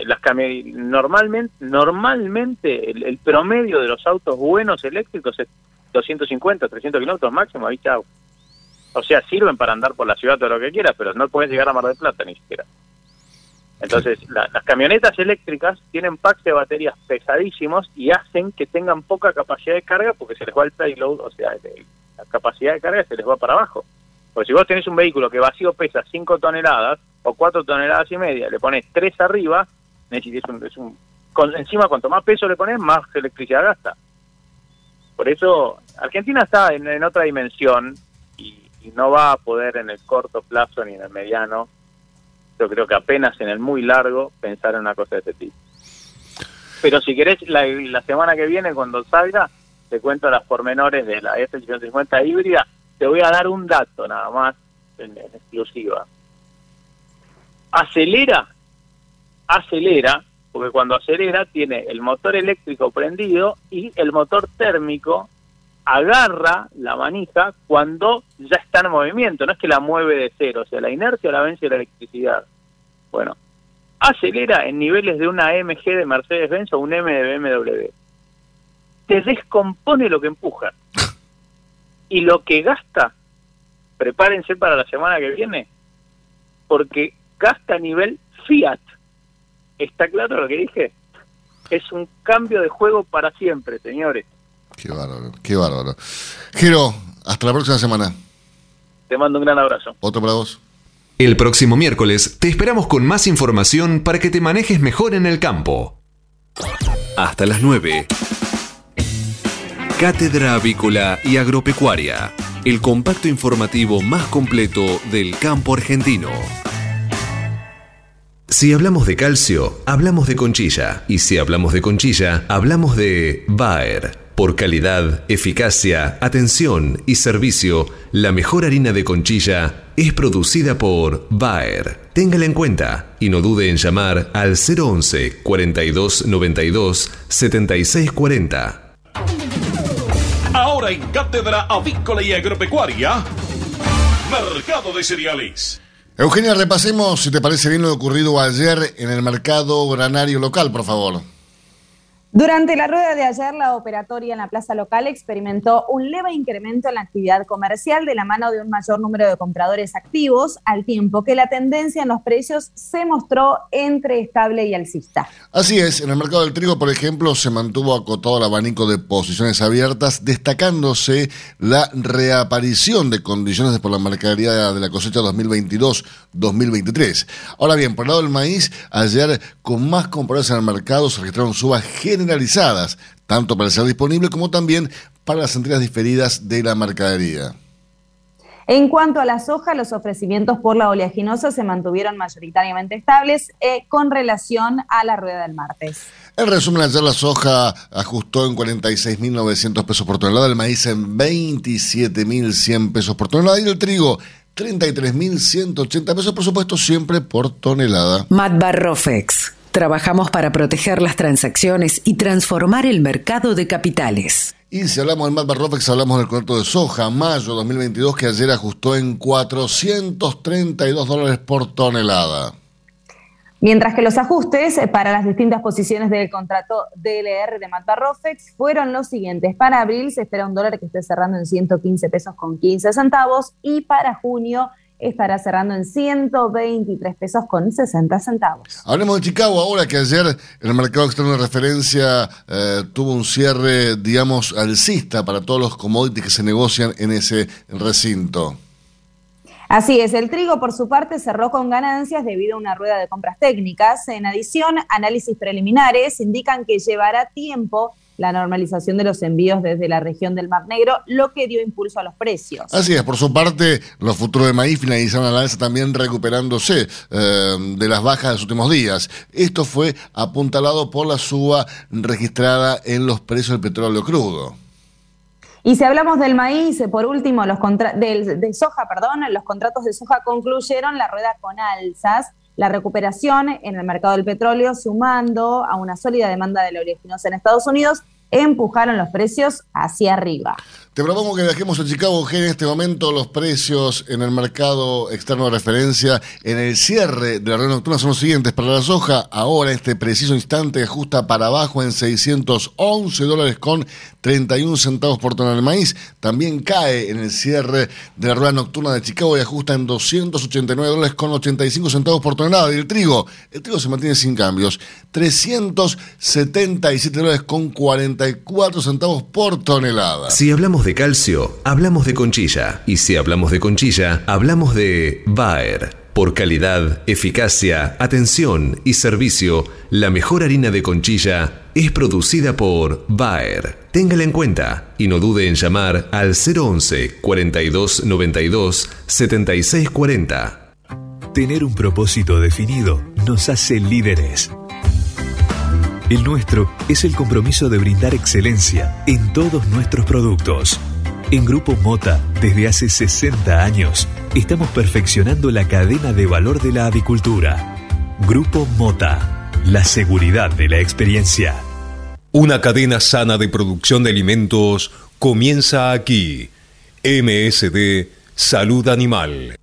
normalmente el promedio de los autos buenos eléctricos es 250, 300 kilómetros máximo, ahí chao. O sea, sirven para andar por la ciudad todo lo que quieras, pero no puedes llegar a Mar del Plata ni siquiera. Entonces, las camionetas eléctricas tienen packs de baterías pesadísimos y hacen que tengan poca capacidad de carga porque se les va el payload, o sea, la capacidad de carga se les va para abajo. Porque si vos tenés un vehículo que vacío pesa 5 toneladas o 4 toneladas y media, le pones 3 arriba, encima cuanto más peso le pones, más electricidad gasta. Por eso, Argentina está en otra dimensión y no va a poder en el corto plazo ni en el mediano, yo creo que apenas en el muy largo, pensar en una cosa de este tipo. Pero si querés, la semana que viene, cuando salga, te cuento las pormenores de la F-150 híbrida. Te voy a dar un dato nada más, en exclusiva. Acelera, porque cuando acelera tiene el motor eléctrico prendido y el motor térmico agarra la manija cuando ya está en movimiento, no es que la mueve de cero, o sea, la inercia la vence la electricidad. Bueno, acelera en niveles de una MG de Mercedes-Benz o un M de BMW. Te descompone lo que empuja. Y lo que gasta, prepárense para la semana que viene, porque gasta a nivel Fiat. ¿Está claro lo que dije? Es un cambio de juego para siempre, señores. Qué bárbaro, qué bárbaro. Jero, hasta la próxima semana. Te mando un gran abrazo. Otro para vos. El próximo miércoles te esperamos con más información para que te manejes mejor en el campo. Hasta las 9. Cátedra Avícola y Agropecuaria, el compacto informativo más completo del campo argentino. Si hablamos de calcio, hablamos de Conchilla. Y si hablamos de Conchilla, hablamos de Bayer. Por calidad, eficacia, atención y servicio, la mejor harina de Conchilla es producida por Bayer. Téngala en cuenta y no dude en llamar al 011 42 92 76 40. Ahora en Cátedra Avícola y Agropecuaria, Mercado de Cereales. Eugenia, repasemos, si te parece bien, lo ocurrido ayer en el mercado granario local, por favor. Durante la rueda de ayer, la operatoria en la plaza local experimentó un leve incremento en la actividad comercial de la mano de un mayor número de compradores activos, al tiempo que la tendencia en los precios se mostró entre estable y alcista. Así es, en el mercado del trigo, por ejemplo, se mantuvo acotado el abanico de posiciones abiertas, destacándose la reaparición de condiciones por la mercadería de la cosecha 2022-2023. Ahora bien, por el lado del maíz, ayer con más compradores en el mercado se registraron subas generalizadas, tanto para el ser disponible como también para las entregas diferidas de la mercadería. En cuanto a la soja, los ofrecimientos por la oleaginosa se mantuvieron mayoritariamente estables con relación a la rueda del martes. En resumen, ayer la soja ajustó en 46.900 pesos por tonelada, el maíz en 27.100 pesos por tonelada y el trigo 33.180 pesos, por supuesto, siempre por tonelada. Matbar Rofex. Trabajamos para proteger las transacciones y transformar el mercado de capitales. Y si hablamos del Matbar Rofex, hablamos del contrato de soja, mayo 2022, que ayer ajustó en $432 por tonelada. Mientras que los ajustes para las distintas posiciones del contrato DLR de Matbar Rofex fueron los siguientes. Para abril se espera un dólar que esté cerrando en 115 pesos con 15 centavos y para junio estará cerrando en 123 pesos con 60 centavos. Hablemos de Chicago ahora, que ayer el mercado externo de referencia tuvo un cierre, digamos, alcista para todos los commodities que se negocian en ese recinto. Así es, el trigo por su parte cerró con ganancias debido a una rueda de compras técnicas. En adición, análisis preliminares indican que llevará tiempo la normalización de los envíos desde la región del Mar Negro, lo que dio impulso a los precios. Así es, por su parte, los futuros de maíz finalizaron al alza también recuperándose de las bajas de los últimos días. Esto fue apuntalado por la suba registrada en los precios del petróleo crudo. Y si hablamos del maíz, por último, los contratos de soja, los contratos de soja concluyeron la rueda con alzas. La recuperación en el mercado del petróleo, sumando a una sólida demanda de la oleaginosa en Estados Unidos, empujaron los precios hacia arriba. Te propongo que dejemos en Chicago G en este momento los precios en el mercado externo de referencia. En el cierre de la reunión nocturna son los siguientes. Para la soja, ahora en este preciso instante ajusta para abajo en $611 con 31 centavos por tonelada. El maíz también cae en el cierre de la rueda nocturna de Chicago y ajusta en $289 con 85 centavos por tonelada. Y el trigo se mantiene sin cambios, $377 con 44 centavos por tonelada. Si hablamos de calcio, hablamos de Conchilla. Y si hablamos de Conchilla, hablamos de Bayer. Por calidad, eficacia, atención y servicio, la mejor harina de Conchilla es producida por Bayer. Téngala en cuenta y no dude en llamar al 011 42 92 76 40. Tener un propósito definido nos hace líderes. El nuestro es el compromiso de brindar excelencia en todos nuestros productos. En Grupo Mota, desde hace 60 años, estamos perfeccionando la cadena de valor de la avicultura. Grupo Mota, la seguridad de la experiencia. Una cadena sana de producción de alimentos comienza aquí. MSD Salud Animal.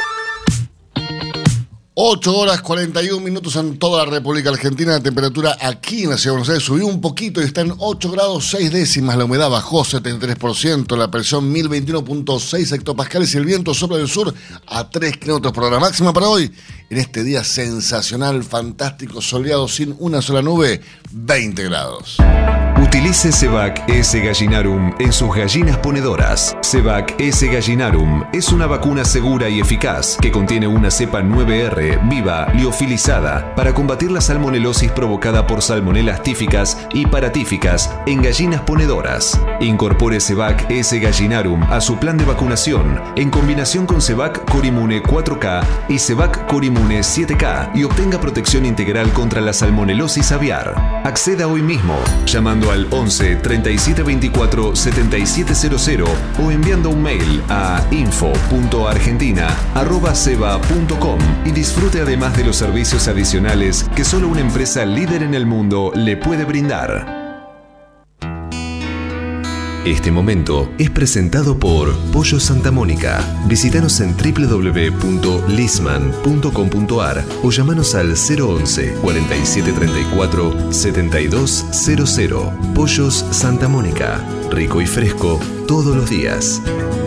8:41 en toda la República Argentina. La temperatura aquí en la Ciudad de Buenos Aires subió un poquito y está en 8 grados 6 décimas. La humedad bajó 73%. La presión 1021.6 hectopascales y el viento sopla del sur a 3 kilómetros por hora. Máxima para hoy, en este día sensacional, fantástico, soleado, sin una sola nube, 20 grados. Utilice Cevac S. Gallinarum en sus gallinas ponedoras. Cevac S. Gallinarum es una vacuna segura y eficaz que contiene una cepa 9R viva liofilizada para combatir la salmonelosis provocada por salmonelas tíficas y paratíficas en gallinas ponedoras. Incorpore Cevac S. Gallinarum a su plan de vacunación en combinación con Cevac Corimune 4K y Cevac Corimune 7K y obtenga protección integral contra la salmonelosis aviar. Acceda hoy mismo llamando al 11 37 24 7700 o enviando un mail a info.argentina@ceba.com y disfrute además de los servicios adicionales que solo una empresa líder en el mundo le puede brindar. Este momento es presentado por Pollo Santa Mónica. Visítanos en www.lisman.com.ar o llamanos al 011 47 34 7200. Pollos Santa Mónica. Rico y fresco todos los días.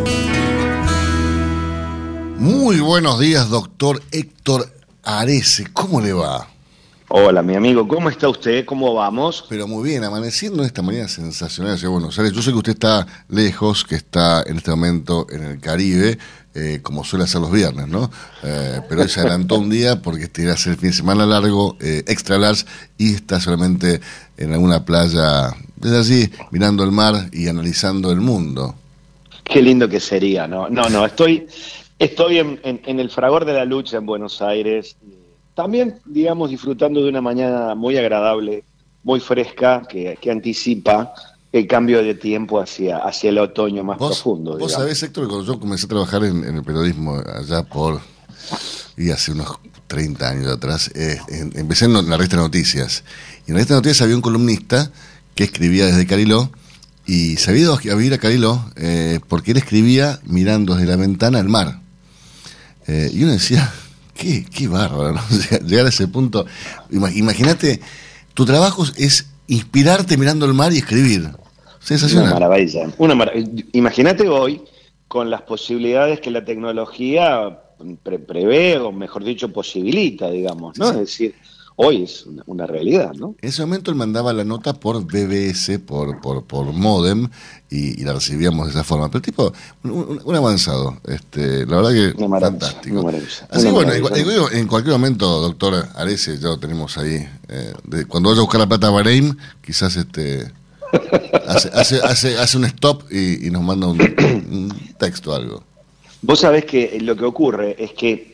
Muy buenos días, doctor Héctor Arese. ¿Cómo le va? Hola, mi amigo, ¿cómo está usted? ¿Cómo vamos? Pero muy bien, amaneciendo esta mañana sensacional de Buenos Aires. Yo sé que usted está lejos, que está en este momento en el Caribe, como suele hacer los viernes, ¿no? Pero hoy se adelantó un día porque este iba a ser el fin de semana largo, extra large, y está solamente en alguna playa, desde allí, mirando el mar y analizando el mundo. Qué lindo que sería, ¿no? No, estoy en el fragor de la lucha en Buenos Aires. También, digamos, disfrutando de una mañana muy agradable, muy fresca, que anticipa el cambio de tiempo hacia el otoño más profundo. Vos sabés, Héctor, que cuando yo comencé a trabajar en el periodismo allá hace unos 30 años atrás, empecé en la revista Noticias. Y en la revista Noticias había un columnista que escribía desde Cariló y se había ido a vivir a Cariló porque él escribía mirando desde la ventana al mar. Y uno decía... Qué bárbaro, ¿no? Llegar a ese punto. Imagínate, tu trabajo es inspirarte mirando el mar y escribir. Sensacional. Una maravilla. Imagínate hoy, con las posibilidades que la tecnología prevé, o mejor dicho, posibilita, digamos, ¿no? Sí. Es decir, hoy es una realidad, ¿no? En ese momento él mandaba la nota por BBS, por modem, y la recibíamos de esa forma. Pero tipo, un avanzado, la verdad que fantástico. Así que bueno, en cualquier momento, doctor Arese, ya lo tenemos ahí. Cuando vaya a buscar la plata a Bahrein, quizás hace un stop y nos manda un texto o algo. Vos sabés que lo que ocurre es que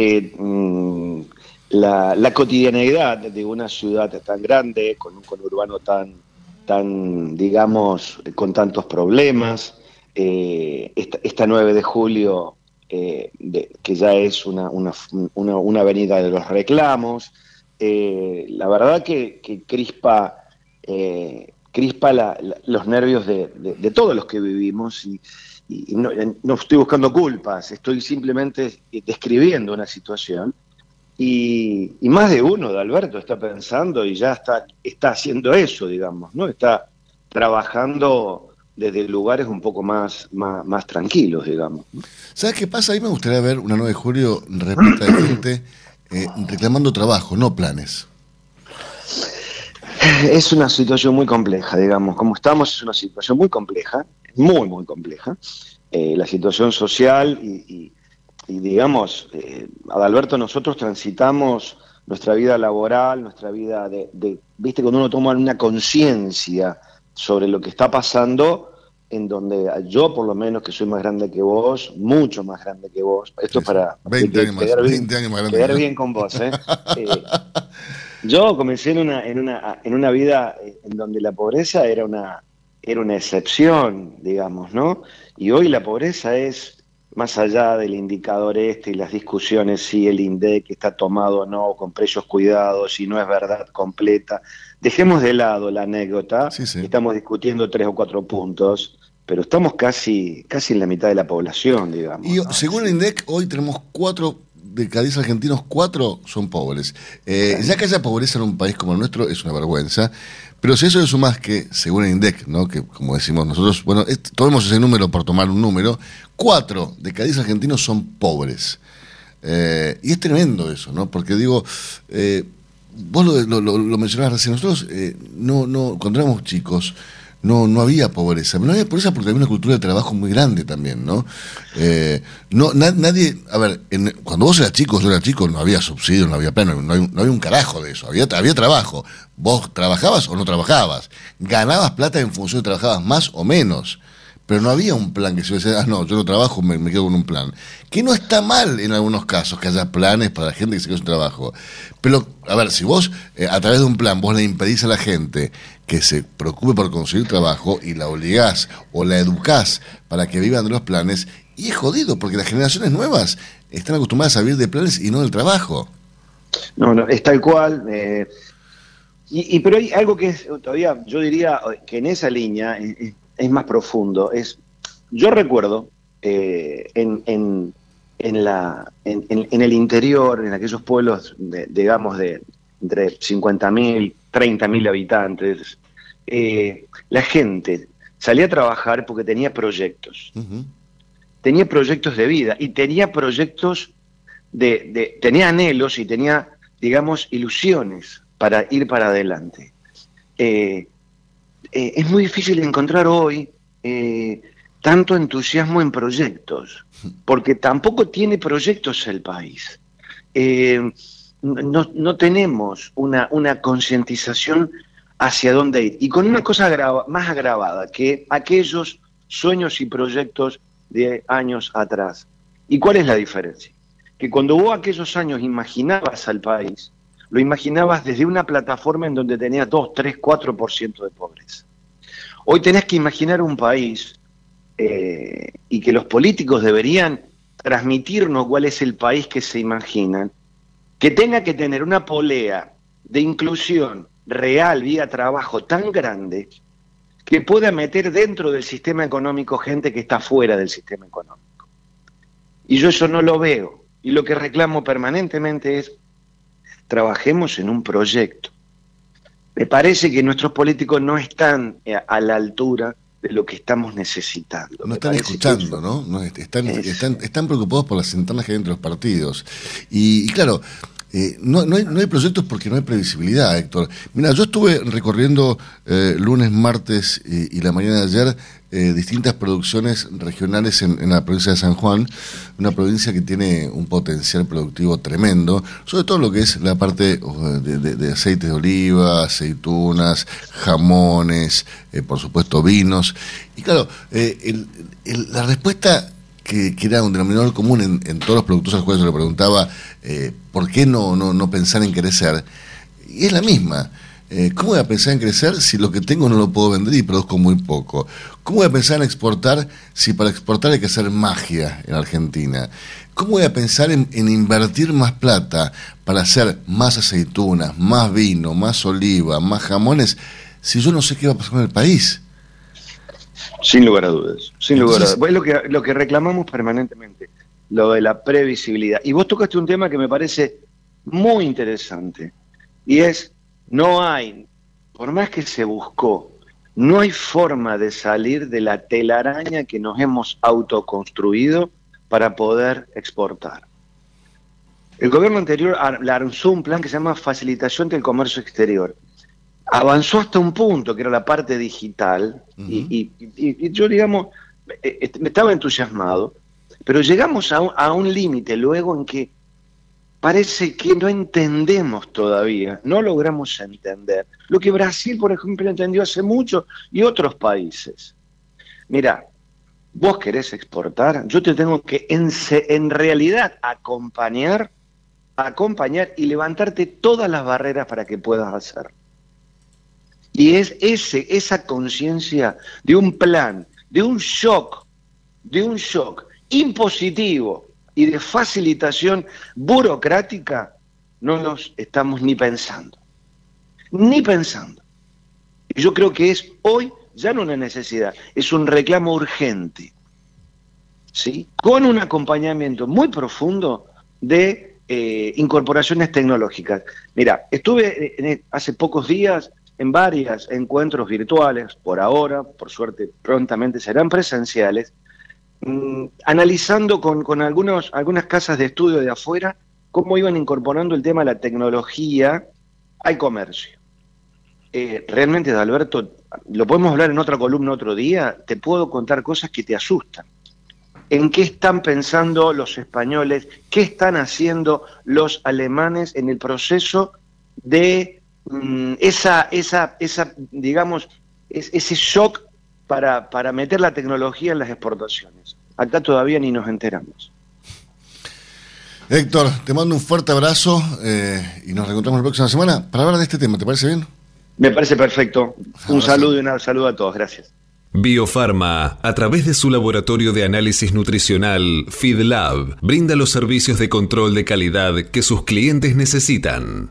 la cotidianeidad de una ciudad tan grande, con un conurbano tan digamos, con tantos problemas, esta 9 de julio, que ya es una avenida de los reclamos, la verdad que crispa los nervios de todos los que vivimos, y no estoy buscando culpas, estoy simplemente describiendo una situación. Y más de uno, de Alberto, está pensando y ya está haciendo eso, digamos, ¿no? Está trabajando desde lugares un poco más tranquilos, digamos. ¿Sabes qué pasa? A mí me gustaría ver una 9 de julio repleta de gente reclamando trabajo, no planes. Es una situación muy compleja, digamos. Como estamos, es una situación muy compleja, muy, muy compleja. La situación social y digamos, Adalberto, nosotros transitamos nuestra vida laboral, nuestra vida viste, cuando uno toma una conciencia sobre lo que está pasando, en donde yo, por lo menos, que soy más grande que vos, mucho más grande que vos, esto es para 20 años más grande. Quedar bien con vos, yo comencé en una vida en donde la pobreza era una excepción, digamos, ¿no? Y hoy la pobreza es, más allá del indicador y las discusiones si el INDEC está tomado o no, con precios cuidados, si no es verdad completa, dejemos de lado la anécdota, estamos discutiendo 3 o 4 puntos, pero estamos casi en la mitad de la población, digamos. Y según el INDEC, hoy tenemos 4 de cada 10 argentinos, 4 son pobres. Ya que haya pobreza en un país como el nuestro es una vergüenza, pero si eso le sumás que, según el INDEC, ¿no? Que como decimos nosotros, bueno, tomemos ese número por tomar un número, 4 de cada 10 argentinos son pobres. Y es tremendo eso, ¿no? Porque digo, vos lo mencionabas recién, nosotros cuando éramos chicos, no había pobreza. No había pobreza porque había una cultura de trabajo muy grande también, ¿no? Nadie, a ver, cuando vos eras chico, yo era chico, no había subsidio, no había plan, no había un carajo de eso, había trabajo. Vos trabajabas o no trabajabas, ganabas plata en función de trabajabas más o menos, pero no había un plan que se decía, no, yo no trabajo, me quedo con un plan. Que no está mal en algunos casos que haya planes para la gente que se quede sin trabajo. Pero, a ver, si vos, a través de un plan, vos le impedís a la gente que se preocupe por conseguir trabajo y la obligás o la educás para que vivan de los planes, y es jodido, porque las generaciones nuevas están acostumbradas a vivir de planes y no del trabajo. No, es tal cual. Pero hay algo que es todavía, yo diría que en esa línea es más profundo. Yo recuerdo en el interior, en aquellos pueblos, digamos, de entre 50.000, 30.000 habitantes, la gente salía a trabajar porque tenía proyectos. Uh-huh. Tenía proyectos de vida y tenía proyectos tenía anhelos y tenía, digamos, ilusiones para ir para adelante. Es muy difícil encontrar hoy tanto entusiasmo en proyectos, porque tampoco tiene proyectos el país. No tenemos una concientización hacia dónde ir. Y con una cosa más agravada que aquellos sueños y proyectos de años atrás. ¿Y cuál es la diferencia? Que cuando vos aquellos años imaginabas al país, lo imaginabas desde una plataforma en donde tenías 2, 3, 4% de pobreza. Hoy tenés que imaginar un país y que los políticos deberían transmitirnos cuál es el país que se imaginan, que tenga que tener una polea de inclusión real vía trabajo tan grande que pueda meter dentro del sistema económico gente que está fuera del sistema económico. Y yo eso no lo veo. Y lo que reclamo permanentemente es: trabajemos en un proyecto. Me parece que nuestros políticos no están a la altura de lo que estamos necesitando. No están escuchando, ¿no? Están preocupados por las internas que hay entre los partidos. Y claro, no hay proyectos porque no hay previsibilidad, Héctor. Mira, yo estuve recorriendo lunes, martes y la mañana de ayer distintas producciones regionales en la provincia de San Juan, una provincia que tiene un potencial productivo tremendo, sobre todo lo que es la parte de aceites de oliva, aceitunas, jamones, por supuesto vinos. Y claro, la respuesta que era un denominador común en todos los productores a los cuales yo le preguntaba ¿por qué no pensar en crecer? Y es la misma. ¿Cómo voy a pensar en crecer si lo que tengo no lo puedo vender y produzco muy poco? ¿Cómo voy a pensar en exportar si para exportar hay que hacer magia en Argentina? ¿Cómo voy a pensar en invertir más plata para hacer más aceitunas, más vino, más oliva, más jamones, si yo no sé qué va a pasar con el país? Sin lugar a dudas, sin lugar a dudas. Es lo que reclamamos permanentemente, lo de la previsibilidad. Y vos tocaste un tema que me parece muy interesante, y es, no hay, por más que se buscó, no hay forma de salir de la telaraña que nos hemos autoconstruido para poder exportar. El gobierno anterior lanzó un plan que se llama Facilitación del Comercio Exterior. Avanzó hasta un punto, que era la parte digital, y yo, digamos, me estaba entusiasmado, pero llegamos a un límite luego en que parece que no entendemos todavía, no logramos entender lo que Brasil, por ejemplo, entendió hace mucho y otros países. Mira, vos querés exportar, yo te tengo que en realidad acompañar y levantarte todas las barreras para que puedas hacerlo. Y es esa conciencia de un plan, de un shock impositivo y de facilitación burocrática, no nos estamos ni pensando. Y yo creo que es hoy ya no una necesidad, es un reclamo urgente, ¿sí? Con un acompañamiento muy profundo de incorporaciones tecnológicas. Mira, estuve hace pocos días en varios encuentros virtuales, por ahora, por suerte prontamente serán presenciales, analizando con algunas casas de estudio de afuera cómo iban incorporando el tema de la tecnología al comercio. Realmente, Adalberto, lo podemos hablar en otra columna otro día, te puedo contar cosas que te asustan. ¿En qué están pensando los españoles? ¿Qué están haciendo los alemanes en el proceso de digamos, ese shock para meter la tecnología en las exportaciones? Acá todavía ni nos enteramos. Héctor, te mando un fuerte abrazo y nos reencontramos la próxima semana para hablar de este tema. ¿Te parece bien? Me parece perfecto. Un saludo y un saludo a todos. Gracias. Biofarma, a través de su laboratorio de análisis nutricional, FeedLab, brinda los servicios de control de calidad que sus clientes necesitan.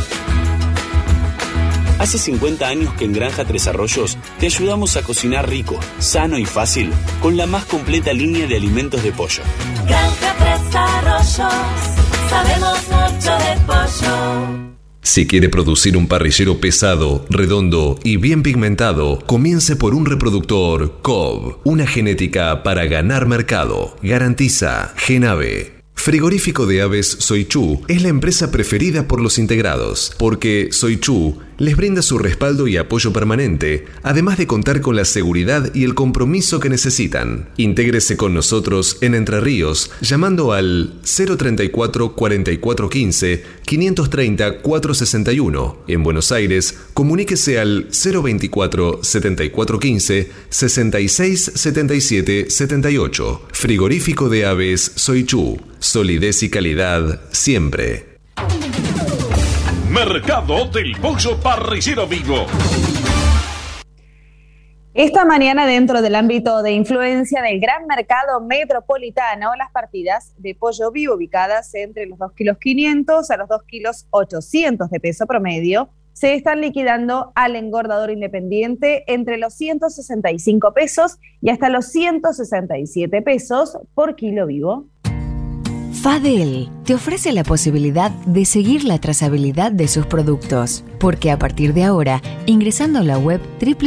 Hace 50 años que en Granja Tres Arroyos te ayudamos a cocinar rico, sano y fácil con la más completa línea de alimentos de pollo. Granja Tres Arroyos, sabemos mucho de pollo. Si quiere producir un parrillero pesado, redondo y bien pigmentado, comience por un reproductor Cobb, una genética para ganar mercado. Garantiza Genave. Frigorífico de Aves Soichu es la empresa preferida por los integrados, porque Soichu les brinda su respaldo y apoyo permanente, además de contar con la seguridad y el compromiso que necesitan. Intégrese con nosotros en Entre Ríos, llamando al 034 4415 530 461. En Buenos Aires, comuníquese al 024 7415 66 77 78. Frigorífico de Aves Soichu. Solidez y calidad siempre. Mercado del Pollo Parrillero Vivo. Esta mañana, dentro del ámbito de influencia del gran mercado metropolitano, las partidas de pollo vivo ubicadas entre los 2,5 kilos a los 2,8 kilos de peso promedio se están liquidando al engordador independiente entre los 165 pesos y hasta los 167 pesos por kilo vivo. Fadel te ofrece la posibilidad de seguir la trazabilidad de sus productos, porque a partir de ahora, ingresando a la web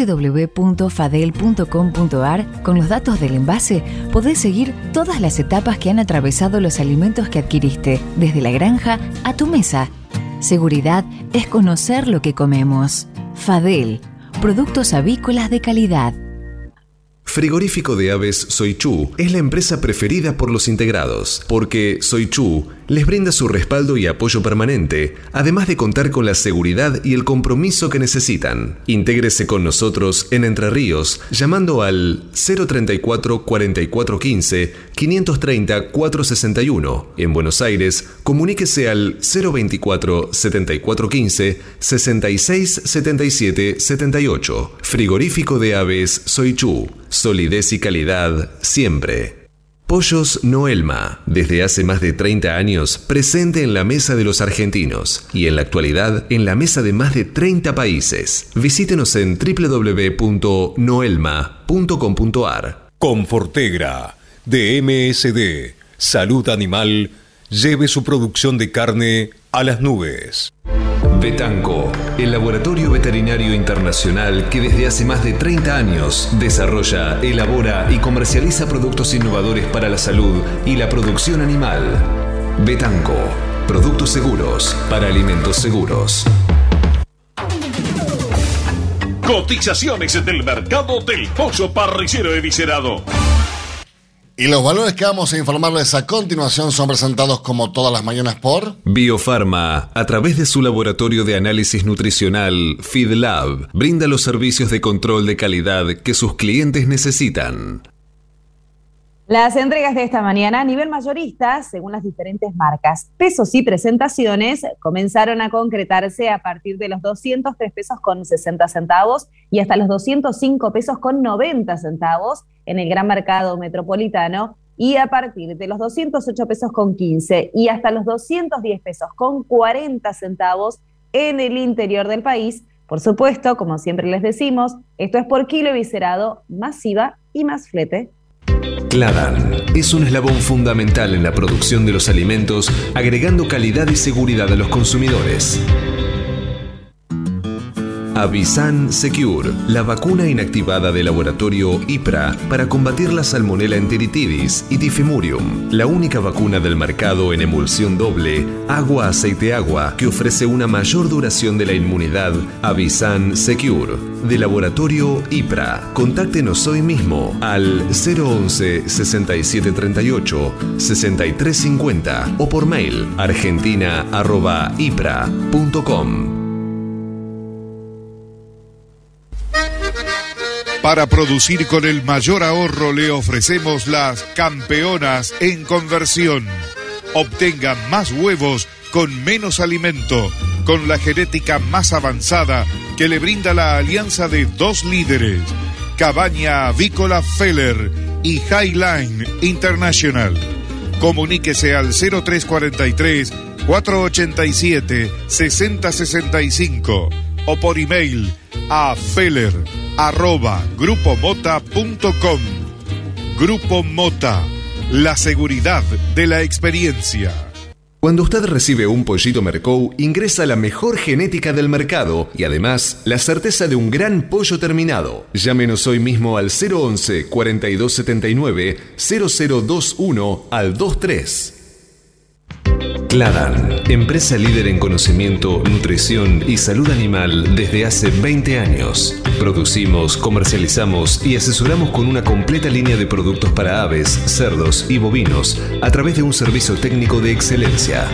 www.fadel.com.ar, con los datos del envase, podés seguir todas las etapas que han atravesado los alimentos que adquiriste, desde la granja a tu mesa. Seguridad es conocer lo que comemos. Fadel, productos avícolas de calidad. Frigorífico de Aves Soichu es la empresa preferida por los integrados, porque Soichu les brinda su respaldo y apoyo permanente, además de contar con la seguridad y el compromiso que necesitan. Intégrese con nosotros en Entre Ríos, llamando al 034 4415 530 461. En Buenos Aires, comuníquese al 024 7415 66 77 78. Frigorífico de Aves Soichu. Solidez y calidad siempre. Pollos Noelma, desde hace más de 30 años presente en la mesa de los argentinos y en la actualidad en la mesa de más de 30 países. Visítenos en www.noelma.com.ar. Confortegra, de MSD, Salud Animal, lleve su producción de carne a las nubes. Betanco, el laboratorio veterinario internacional que desde hace más de 30 años desarrolla, elabora y comercializa productos innovadores para la salud y la producción animal. Betanco, productos seguros para alimentos seguros. Cotizaciones del mercado del pollo parrillero eviscerado. Y los valores que vamos a informarles a continuación son presentados como todas las mañanas por Biofarma, a través de su laboratorio de análisis nutricional FeedLab, brinda los servicios de control de calidad que sus clientes necesitan. Las entregas de esta mañana a nivel mayorista, según las diferentes marcas, pesos y presentaciones, comenzaron a concretarse a partir de los 203 pesos con 60 centavos y hasta los 205 pesos con 90 centavos en el gran mercado metropolitano, y a partir de los 208 pesos con 15 y hasta los 210 pesos con 40 centavos en el interior del país. Por supuesto, como siempre les decimos, esto es por kilo eviscerado, más IVA y más flete. Cladan es un eslabón fundamental en la producción de los alimentos, agregando calidad y seguridad a los consumidores. Avisan Secure, la vacuna inactivada de laboratorio IPRA para combatir la Salmonella enteritidis y Tifimurium, la única vacuna del mercado en emulsión doble, agua-aceite-agua, que ofrece una mayor duración de la inmunidad. Avisan Secure, de laboratorio IPRA. Contáctenos hoy mismo al 011 6738 6350 o por mail argentina@ipra.com. Para producir con el mayor ahorro le ofrecemos las campeonas en conversión. Obtenga más huevos con menos alimento, con la genética más avanzada que le brinda la alianza de dos líderes, Cabaña Avícola Feller y Highline International. Comuníquese al 0343 487 6065 o por email a feller@grupomota.com. Grupo Mota, la seguridad de la experiencia. Cuando usted recibe un pollito Mercou, ingresa la mejor genética del mercado y además la certeza de un gran pollo terminado. Llámenos hoy mismo al 011 4279 0021 al 23. Cladan, empresa líder en conocimiento, nutrición y salud animal desde hace 20 años. Producimos, comercializamos y asesoramos con una completa línea de productos para aves, cerdos y bovinos a través de un servicio técnico de excelencia.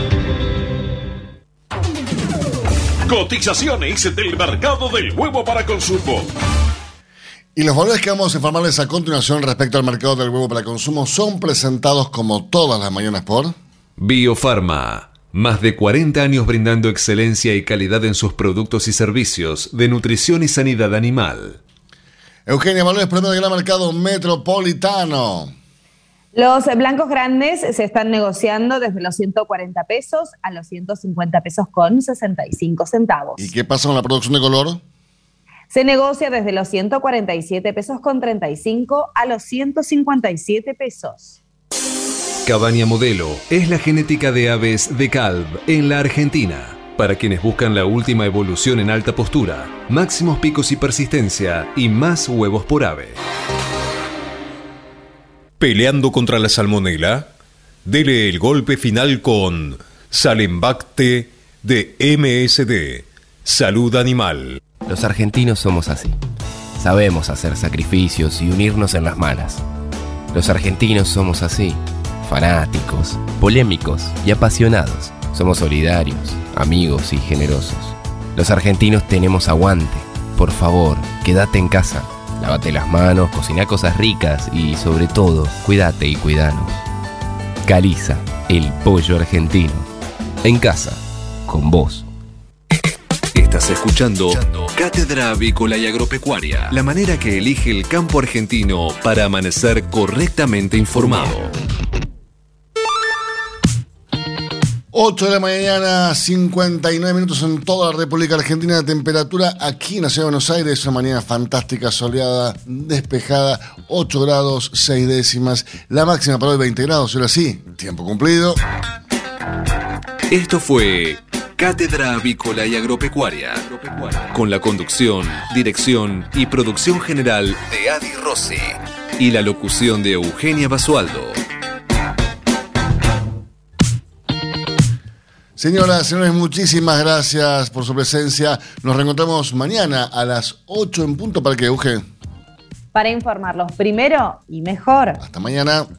Cotizaciones del mercado del huevo para consumo. Y los valores que vamos a informarles a continuación respecto al mercado del huevo para consumo son presentados como todas las mañanas por Biofarma, más de 40 años brindando excelencia y calidad en sus productos y servicios de nutrición y sanidad animal. Eugenia, valores promedio del gran mercado metropolitano. Los blancos grandes se están negociando desde los 140 pesos a los 150 pesos con 65 centavos. ¿Y qué pasa con la producción de color? Se negocia desde los 147 pesos con 35 a los 157 pesos. Cabaña Modelo es la genética de aves de Calv en la Argentina. Para quienes buscan la última evolución en alta postura, máximos picos y persistencia y más huevos por ave. ¿Peleando contra la salmonela? Dele el golpe final con Salembacte de MSD. Salud Animal. Los argentinos somos así. Sabemos hacer sacrificios y unirnos en las malas. Los argentinos somos así. Fanáticos, polémicos y apasionados. Somos solidarios, amigos y generosos. Los argentinos tenemos aguante. Por favor, quédate en casa. Lávate las manos, cocina cosas ricas y, sobre todo, cuídate y cuidanos. Caliza, el pollo argentino. En casa, con vos. Estás escuchando Cátedra Avícola y Agropecuaria, la manera que elige el campo argentino para amanecer correctamente informado. 8 de la mañana, 59 minutos en toda la República Argentina. La temperatura aquí en la ciudad de Buenos Aires, una mañana fantástica, soleada, despejada, 8 grados, 6 décimas. La máxima para hoy 20 grados, ahora sí, tiempo cumplido. Esto fue Cátedra Avícola y Agropecuaria, con la conducción, dirección y producción general de Adi Rossi y la locución de Eugenia Basualdo. Señoras, señores, muchísimas gracias por su presencia. Nos reencontramos mañana a las 8 en punto. ¿Para qué, Euge? Para informarlos primero y mejor. Hasta mañana.